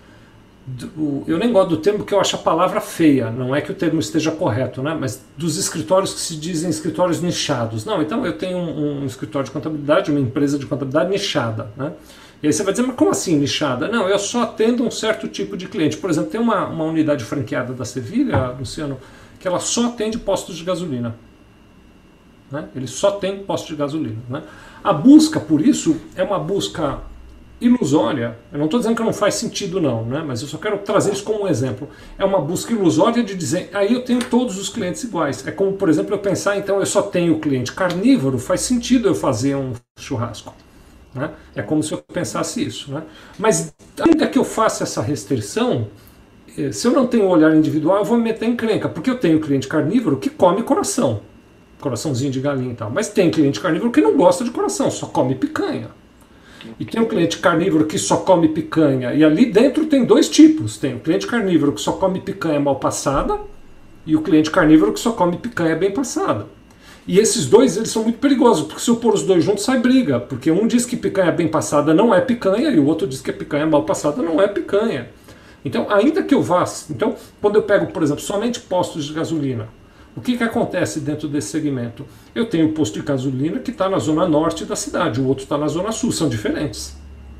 Do, eu nem gosto do termo porque eu acho a palavra feia, não é que o termo esteja correto, né? Mas dos escritórios que se dizem escritórios nichados. Não, então eu tenho um, um escritório de contabilidade, uma empresa de contabilidade nichada, né? E aí você vai dizer, mas como assim nichada? Não, eu só atendo um certo tipo de cliente. Por exemplo, tem uma, uma unidade franqueada da Sevilha, Luciano, que ela só atende postos de gasolina, né? Ele só tem postos de gasolina, né? A busca, por isso, é uma busca ilusória. Eu não estou dizendo que não faz sentido não, né? Mas eu só quero trazer isso como um exemplo. É uma busca ilusória de dizer, aí eu tenho todos os clientes iguais. É como, por exemplo, eu pensar, então eu só tenho cliente carnívoro, faz sentido eu fazer um churrasco, né? É como se eu pensasse isso, né? Mas ainda que eu faça essa restrição, se eu não tenho um olhar individual, eu vou me meter em encrenca, porque eu tenho cliente carnívoro que come coração, coraçãozinho de galinha e tal, mas tem cliente carnívoro que não gosta de coração, só come picanha. E tem um cliente carnívoro que só come picanha, e ali dentro tem dois tipos, tem o cliente carnívoro que só come picanha mal passada, e o cliente carnívoro que só come picanha bem passada. E esses dois, eles são muito perigosos, porque se eu pôr os dois juntos, sai briga, porque um diz que picanha bem passada não é picanha, e o outro diz que a picanha mal passada não é picanha. Então, ainda que eu vá... Então, quando eu pego, por exemplo, somente postos de gasolina, o que, que acontece dentro desse segmento? Eu tenho um posto de gasolina que está na zona norte da cidade, o outro está na zona sul, são diferentes.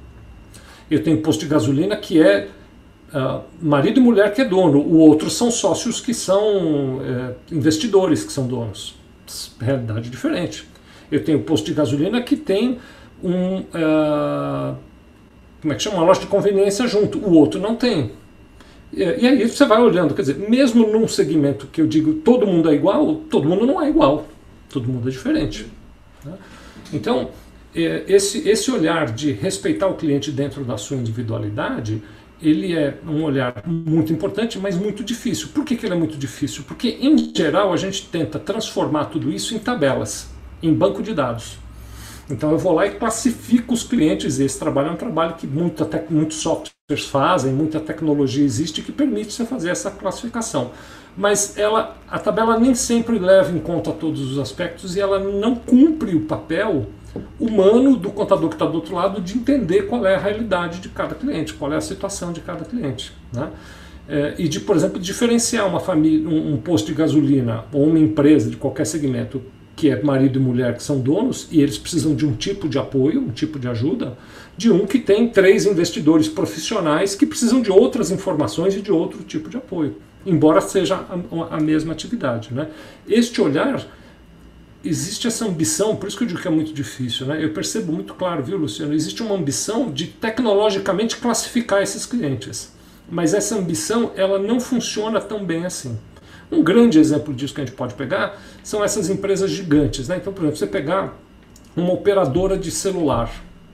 Eu tenho um posto de gasolina que é uh, marido e mulher que é dono, o outro são sócios que são uh, investidores que são donos. Realidade diferente. Eu tenho um posto de gasolina que tem um... Uh, como é que chama? Uma loja de conveniência junto, o outro não tem. E, e aí você vai olhando, quer dizer, mesmo num segmento que eu digo todo mundo é igual, todo mundo não é igual, todo mundo é diferente. Né? Então, esse, esse olhar de respeitar o cliente dentro da sua individualidade, ele é um olhar muito importante, mas muito difícil. Por que que ele é muito difícil? Porque, em geral, a gente tenta transformar tudo isso em tabelas, em banco de dados. Então eu vou lá e classifico os clientes, e esse trabalho é um trabalho que muita muitos softwares fazem, muita tecnologia existe que permite você fazer essa classificação. Mas ela, a tabela nem sempre leva em conta todos os aspectos e ela não cumpre o papel humano do contador que está do outro lado de entender qual é a realidade de cada cliente, qual é a situação de cada cliente. Né? É, e de, por exemplo, diferenciar uma família, um, um posto de gasolina ou uma empresa de qualquer segmento que é marido e mulher que são donos, e eles precisam de um tipo de apoio, um tipo de ajuda, de um que tem três investidores profissionais que precisam de outras informações e de outro tipo de apoio, embora seja a, a mesma atividade. Né? Este olhar, existe essa ambição, por isso que eu digo que é muito difícil, né? Eu percebo muito claro, viu, Luciano? Existe uma ambição de tecnologicamente classificar esses clientes, mas essa ambição ela não funciona tão bem assim. Um grande exemplo disso que a gente pode pegar são essas empresas gigantes. Né? Então, por exemplo, você pegar uma operadora de celular.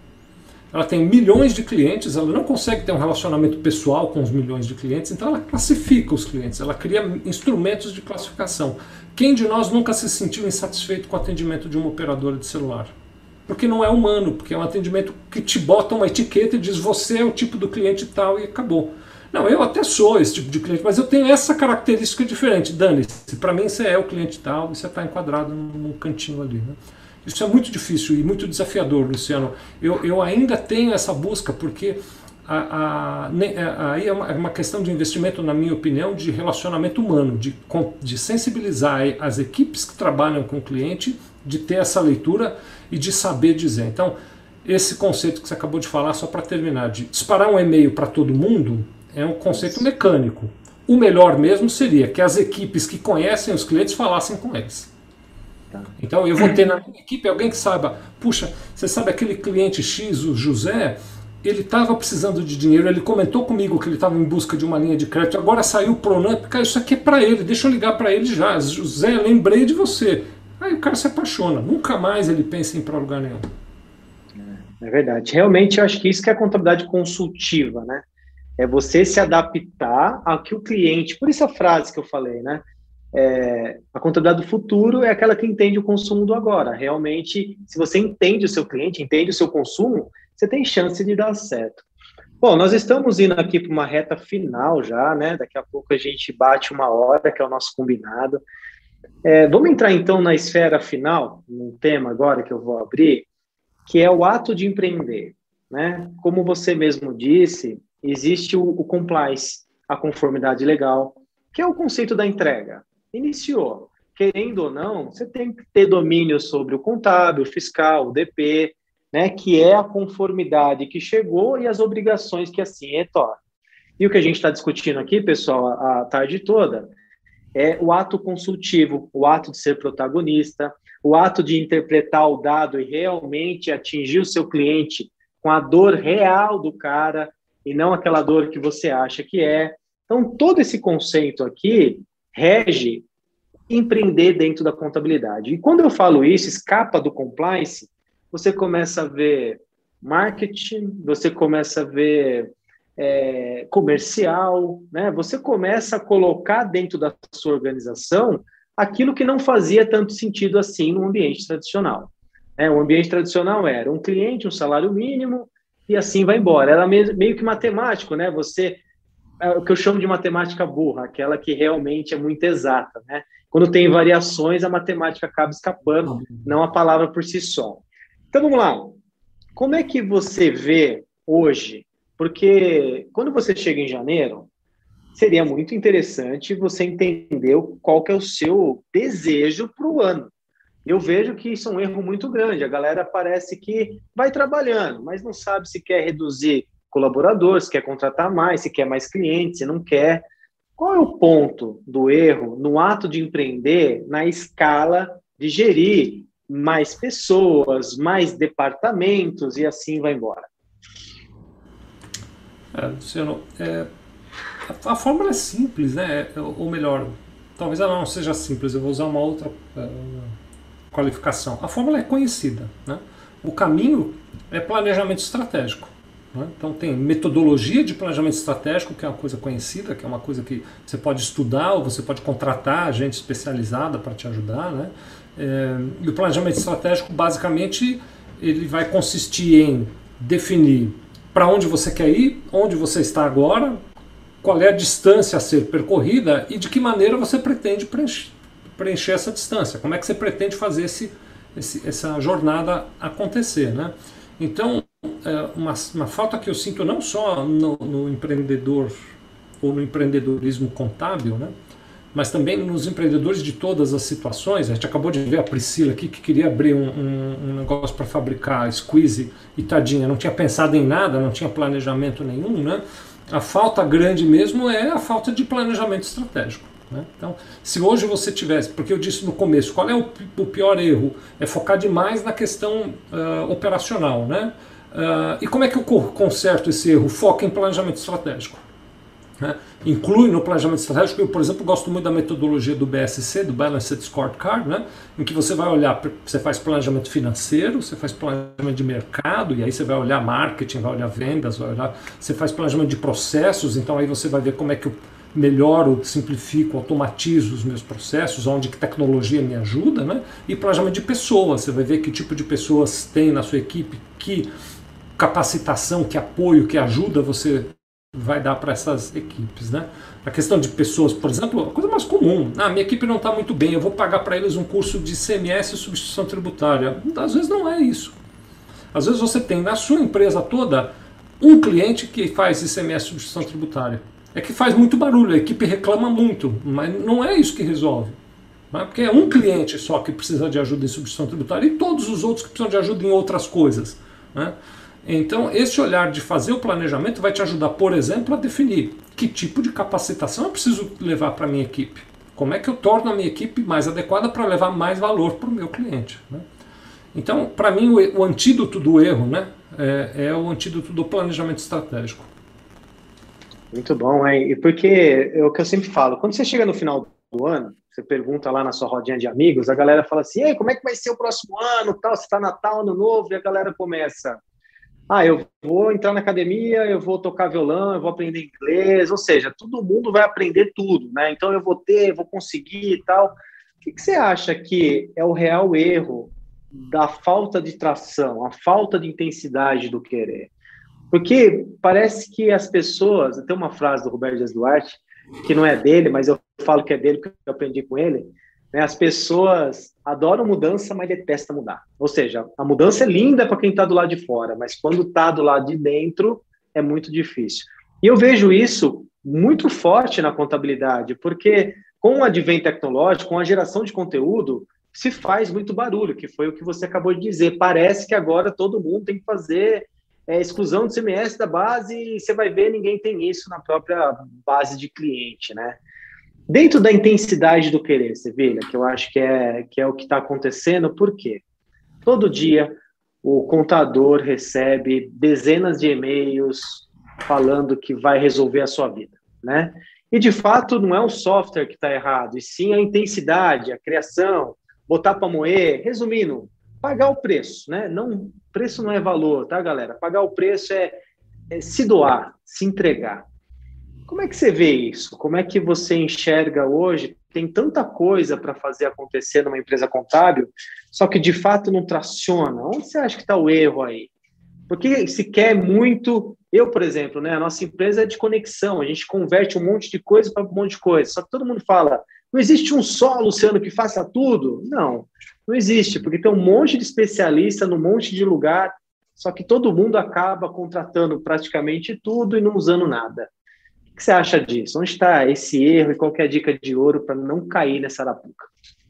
Ela tem milhões de clientes, ela não consegue ter um relacionamento pessoal com os milhões de clientes, então ela classifica os clientes, ela cria instrumentos de classificação. Quem de nós nunca se sentiu insatisfeito com o atendimento de uma operadora de celular? Porque não é humano, porque é um atendimento que te bota uma etiqueta e diz você é o tipo do cliente tal e acabou. Não, eu até sou esse tipo de cliente, mas eu tenho essa característica diferente. Dane-se, para mim você é o cliente tal e você está enquadrado num, num cantinho ali. Né? Isso é muito difícil e muito desafiador, Luciano. Eu, eu ainda tenho essa busca porque a, a, aí é uma, é uma questão de investimento, na minha opinião, de relacionamento humano, de, de sensibilizar as equipes que trabalham com o cliente, de ter essa leitura e de saber dizer. Então, esse conceito que você acabou de falar, só para terminar, de disparar um e-mail para todo mundo, é um conceito mecânico. O melhor mesmo seria que as equipes que conhecem os clientes falassem com eles. Tá. Então eu vou ter na minha equipe alguém que saiba, puxa, você sabe aquele cliente X, o José, ele estava precisando de dinheiro, ele comentou comigo que ele estava em busca de uma linha de crédito, agora saiu o Pronamp, cara, isso aqui é para ele, deixa eu ligar para ele já. José, lembrei de você. Aí o cara se apaixona, nunca mais ele pensa em ir para lugar nenhum. É verdade. Realmente eu acho que isso que é a contabilidade consultiva, né? É você se adaptar ao que o cliente... Por isso a frase que eu falei, né? É, a contabilidade do futuro é aquela que entende o consumo do agora. Realmente, se você entende o seu cliente, entende o seu consumo, você tem chance de dar certo. Bom, nós estamos indo aqui para uma reta final já, né? Daqui a pouco a gente bate uma hora, que é o nosso combinado. É, vamos entrar então na esfera final, no tema agora que eu vou abrir, que é o ato de empreender, né? Como você mesmo disse, existe o, o compliance, a conformidade legal, que é o conceito da entrega. Iniciou. Querendo ou não, você tem que ter domínio sobre o contábil, o fiscal, o D P, né, que é a conformidade que chegou e as obrigações que assim retornam. E o que a gente está discutindo aqui, pessoal, a, a tarde toda, é o ato consultivo, o ato de ser protagonista, o ato de interpretar o dado e realmente atingir o seu cliente com a dor real do cara, e não aquela dor que você acha que é. Então, todo esse conceito aqui rege empreender dentro da contabilidade. E quando eu falo isso, escapa do compliance, você começa a ver marketing, você começa a ver é, comercial, né? Você começa a colocar dentro da sua organização aquilo que não fazia tanto sentido assim no ambiente tradicional. É, o ambiente tradicional era um cliente, um salário mínimo, e assim vai embora. Era meio que matemático, né? Você, é o que eu chamo de matemática burra, aquela que realmente é muito exata, né? Quando tem variações, a matemática acaba escapando, não a palavra por si só. Então, vamos lá. Como é que você vê hoje Porque quando você chega em janeiro, seria muito interessante você entender qual que é o seu desejo para o ano. Eu vejo que isso é um erro muito grande. A galera parece que vai trabalhando, mas não sabe se quer reduzir colaboradores, se quer contratar mais, se quer mais clientes, se não quer. Qual é o ponto do erro no ato de empreender, na escala de gerir mais pessoas, mais departamentos e assim vai embora? É, Luciano, é, a, a fórmula é simples, né? Ou melhor, talvez ela não seja simples, eu vou usar uma outra uh, qualificação. A fórmula é conhecida, né? O caminho é planejamento estratégico. Né? Então tem metodologia de planejamento estratégico, que é uma coisa conhecida, que é uma coisa que você pode estudar ou você pode contratar gente especializada para te ajudar, né? É, e o planejamento estratégico, basicamente, ele vai consistir em definir para onde você quer ir, onde você está agora, qual é a distância a ser percorrida e de que maneira você pretende preencher, preencher essa distância, como é que você pretende fazer esse, esse, essa jornada acontecer, né? Então, uma, uma falta que eu sinto não só no, no empreendedor ou no empreendedorismo contábil, né? Mas também nos empreendedores de todas as situações. A gente acabou de ver a Priscila aqui, que queria abrir um, um, um negócio para fabricar squeeze e tadinha, não tinha pensado em nada, não tinha planejamento nenhum, né? A falta grande mesmo é a falta de planejamento estratégico, né? Então, se hoje você tivesse, porque eu disse no começo, qual é o, o pior erro? É focar demais na questão uh, operacional, né? Uh, e como é que eu conserto esse erro? Foca em planejamento estratégico. Né? Inclui no planejamento estratégico, eu, por exemplo, gosto muito da metodologia do B S C, do Balanced Scorecard, né? Em que você vai olhar, você faz planejamento financeiro, você faz planejamento de mercado, e aí você vai olhar marketing, vai olhar vendas, vai olhar, você faz planejamento de processos, então aí você vai ver como é que eu melhoro, simplifico, automatizo os meus processos, onde que tecnologia me ajuda, né? E planejamento de pessoas, você vai ver que tipo de pessoas tem na sua equipe, que capacitação, que apoio, que ajuda você vai dar para essas equipes, né? A questão de pessoas, por exemplo, a coisa mais comum, ah, minha equipe não está muito bem, eu vou pagar para eles um curso de I C M S e substituição tributária. Às vezes não é isso. Às vezes você tem na sua empresa toda um cliente que faz I C M S e substituição tributária. É que faz muito barulho, a equipe reclama muito, mas não é isso que resolve. Né? Porque é um cliente só que precisa de ajuda em substituição tributária e todos os outros que precisam de ajuda em outras coisas. Né? Então, esse olhar de fazer o planejamento vai te ajudar, por exemplo, a definir que tipo de capacitação eu preciso levar para a minha equipe. Como é que eu torno a minha equipe mais adequada para levar mais valor para o meu cliente. Né? Então, para mim, o, o antídoto do erro, né, é, é o antídoto do planejamento estratégico. Muito bom, hein? E porque é o que eu sempre falo, quando você chega no final do ano, você pergunta lá na sua rodinha de amigos, a galera fala assim, ei, como é que vai ser o próximo ano, tal, se está Natal, Ano Novo, e a galera começa... Ah, eu vou entrar na academia, eu vou tocar violão, eu vou aprender inglês, ou seja, todo mundo vai aprender tudo, né? Então eu vou ter, vou conseguir e tal. O que, que você acha que é o real erro da falta de tração, a falta de intensidade do querer? Porque parece que as pessoas, tem uma frase do Roberto Dias Duarte, que não é dele, mas eu falo que é dele porque eu aprendi com ele, né? As pessoas adoram mudança, mas detestam mudar. Ou seja, a mudança é linda para quem está do lado de fora, mas quando está do lado de dentro, é muito difícil. E eu vejo isso muito forte na contabilidade, porque com o advento tecnológico, com a geração de conteúdo, se faz muito barulho, que foi o que você acabou de dizer. Parece que agora todo mundo tem que fazer é, exclusão de I C M S da base e você vai ver, ninguém tem isso na própria base de cliente, né? Dentro da intensidade do querer, Sevilha, que eu acho que é, que é o que está acontecendo, por quê? Todo dia o contador recebe dezenas de e-mails falando que vai resolver a sua vida, né? E, de fato, não é o software que está errado, e sim a intensidade, a criação, botar para moer. Resumindo, pagar o preço, né? Não, preço não é valor, tá, galera? Pagar o preço é, é se doar, se entregar. Como é que você vê isso? Como é que você enxerga hoje? Tem tanta coisa para fazer acontecer numa empresa contábil, só que de fato não traciona. Onde você acha que está o erro aí? Porque se quer muito... Eu, por exemplo, né, a nossa empresa é de conexão, a gente converte um monte de coisa para um monte de coisa. Só que todo mundo fala, não existe um só, Luciano, que faça tudo? Não, não existe, porque tem um monte de especialista num monte de lugar. Só que todo mundo acaba contratando praticamente tudo e não usando nada. O que você acha disso? Onde está esse erro e qual que é a dica de ouro para não cair nessa arapuca?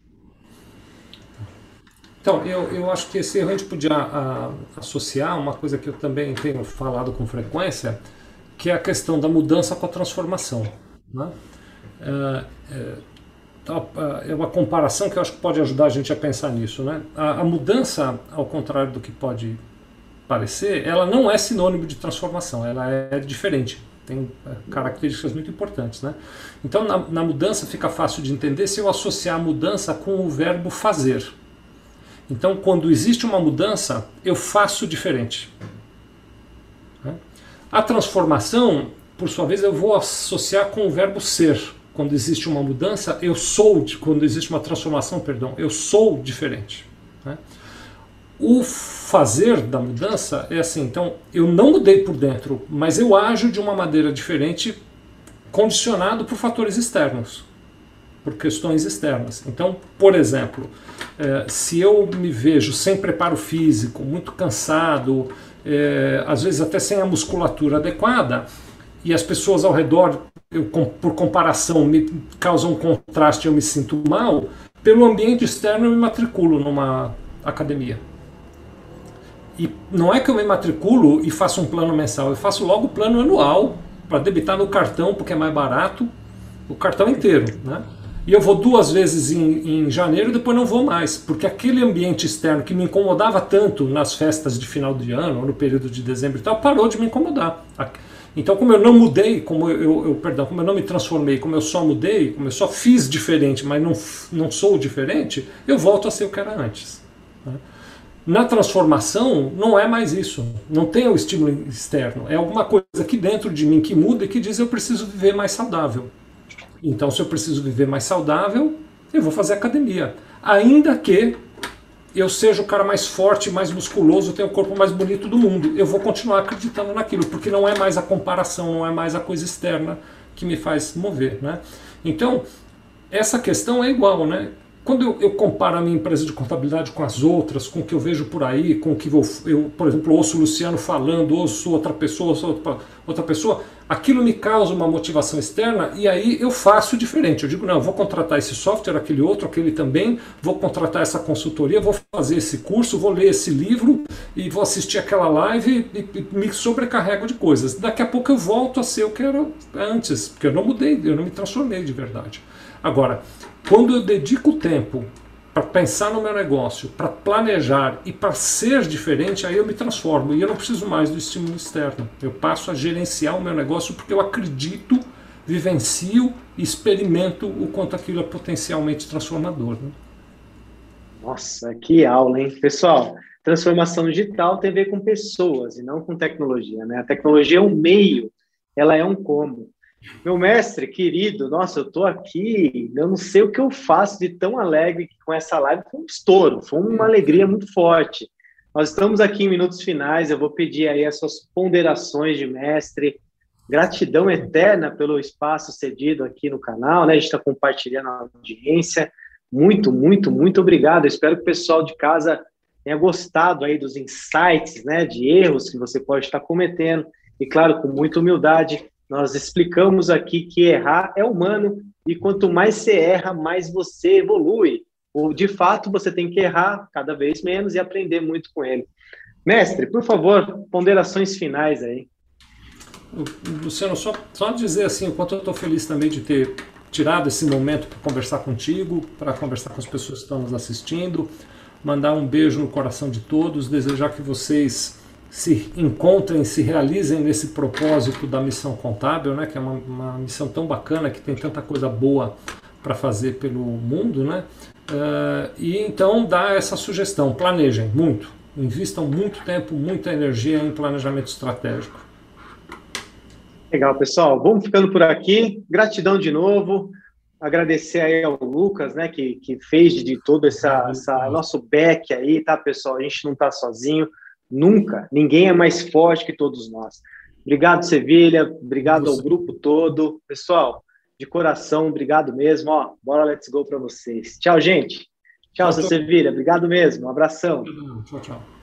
Então, eu, eu acho que esse erro a gente podia a, associar uma coisa que eu também tenho falado com frequência, que é a questão da mudança com a transformação. Né? É, é, é uma comparação que eu acho que pode ajudar a gente a pensar nisso. Né? A, a mudança, ao contrário do que pode parecer, ela não é sinônimo de transformação, ela é diferente. Tem características muito importantes. Né? Então, na, na mudança fica fácil de entender se eu associar a mudança com o verbo fazer. Então, quando existe uma mudança, eu faço diferente. A transformação, por sua vez, eu vou associar com o verbo ser. Quando existe uma mudança, eu sou, quando existe uma transformação, perdão, eu sou diferente. O fazer da mudança é assim, então, eu não mudei por dentro, mas eu ajo de uma maneira diferente, condicionado por fatores externos, por questões externas. Então, por exemplo, eh, se eu me vejo sem preparo físico, muito cansado, eh, às vezes até sem a musculatura adequada, e as pessoas ao redor, eu, com, por comparação, me causam um contraste e eu me sinto mal, pelo ambiente externo eu me matriculo numa academia. E não é que eu me matriculo e faço um plano mensal, eu faço logo o plano anual, para debitar no cartão, porque é mais barato, o cartão inteiro, né? E eu vou duas vezes em, em janeiro e depois não vou mais, porque aquele ambiente externo que me incomodava tanto nas festas de final de ano, ou no período de dezembro e tal, parou de me incomodar. Então, como eu não mudei, como eu, eu, perdão, como eu não me transformei, como eu só mudei, como eu só fiz diferente, mas não, não sou diferente, eu volto a ser o que era antes. Né? Na transformação, não é mais isso. Não tem o estímulo externo. É alguma coisa aqui dentro de mim que muda e que diz eu preciso viver mais saudável. Então, se eu preciso viver mais saudável, eu vou fazer academia. Ainda que eu seja o cara mais forte, mais musculoso, tenha o corpo mais bonito do mundo. Eu vou continuar acreditando naquilo, porque não é mais a comparação, não é mais a coisa externa que me faz mover. Né? Então, essa questão é igual. Né? Quando eu, eu comparo a minha empresa de contabilidade com as outras, com o que eu vejo por aí, com o que eu, eu por exemplo, ouço o Luciano falando, ouço outra pessoa, ouço outra, outra pessoa, aquilo me causa uma motivação externa e aí eu faço diferente. Eu digo, não, eu vou contratar esse software, aquele outro, aquele também, vou contratar essa consultoria, vou fazer esse curso, vou ler esse livro e vou assistir aquela live e, e me sobrecarrego de coisas. Daqui a pouco eu volto a ser o que era antes, porque eu não mudei, eu não me transformei de verdade. Agora, quando eu dedico tempo para pensar no meu negócio, para planejar e para ser diferente, aí eu me transformo e eu não preciso mais do estímulo externo. Eu passo a gerenciar o meu negócio porque eu acredito, vivencio e experimento o quanto aquilo é potencialmente transformador. Né? Nossa, que aula, hein? Pessoal, transformação digital tem a ver com pessoas e não com tecnologia, né? A tecnologia é um meio, ela é um como. Meu mestre querido, nossa, eu estou aqui, eu não sei o que eu faço de tão alegre que com essa live, foi um estouro, foi uma alegria muito forte. Nós estamos aqui em minutos finais, eu vou pedir aí as suas ponderações de mestre, gratidão eterna pelo espaço cedido aqui no canal, né? A gente está compartilhando a audiência, muito, muito, muito obrigado, eu espero que o pessoal de casa tenha gostado aí dos insights, né, de erros que você pode estar cometendo, e claro, com muita humildade, nós explicamos aqui que errar é humano e quanto mais você erra, mais você evolui. Ou, de fato, você tem que errar cada vez menos e aprender muito com ele. Mestre, por favor, ponderações finais aí. Luciano, só, só dizer assim, o quanto eu estou feliz também de ter tirado esse momento para conversar contigo, para conversar com as pessoas que estão nos assistindo, mandar um beijo no coração de todos, desejar que vocês se encontrem, se realizem nesse propósito da missão contábil, né, que é uma, uma missão tão bacana, que tem tanta coisa boa para fazer pelo mundo, né? Uh, e então dá essa sugestão, planejem muito, invistam muito tempo, muita energia em planejamento estratégico. Legal, pessoal, vamos ficando por aqui, gratidão de novo, agradecer aí ao Lucas, né, que, que fez de todo essa, essa nosso back aí, tá, pessoal, a gente não tá sozinho, nunca, ninguém é mais forte que todos nós. Obrigado, Sevilha, obrigado ao grupo todo. Pessoal, de coração, obrigado mesmo. Ó, bora let's go para vocês. Tchau, gente. Tchau, seu Sevilha, obrigado mesmo. Um abração. Tchau, tchau.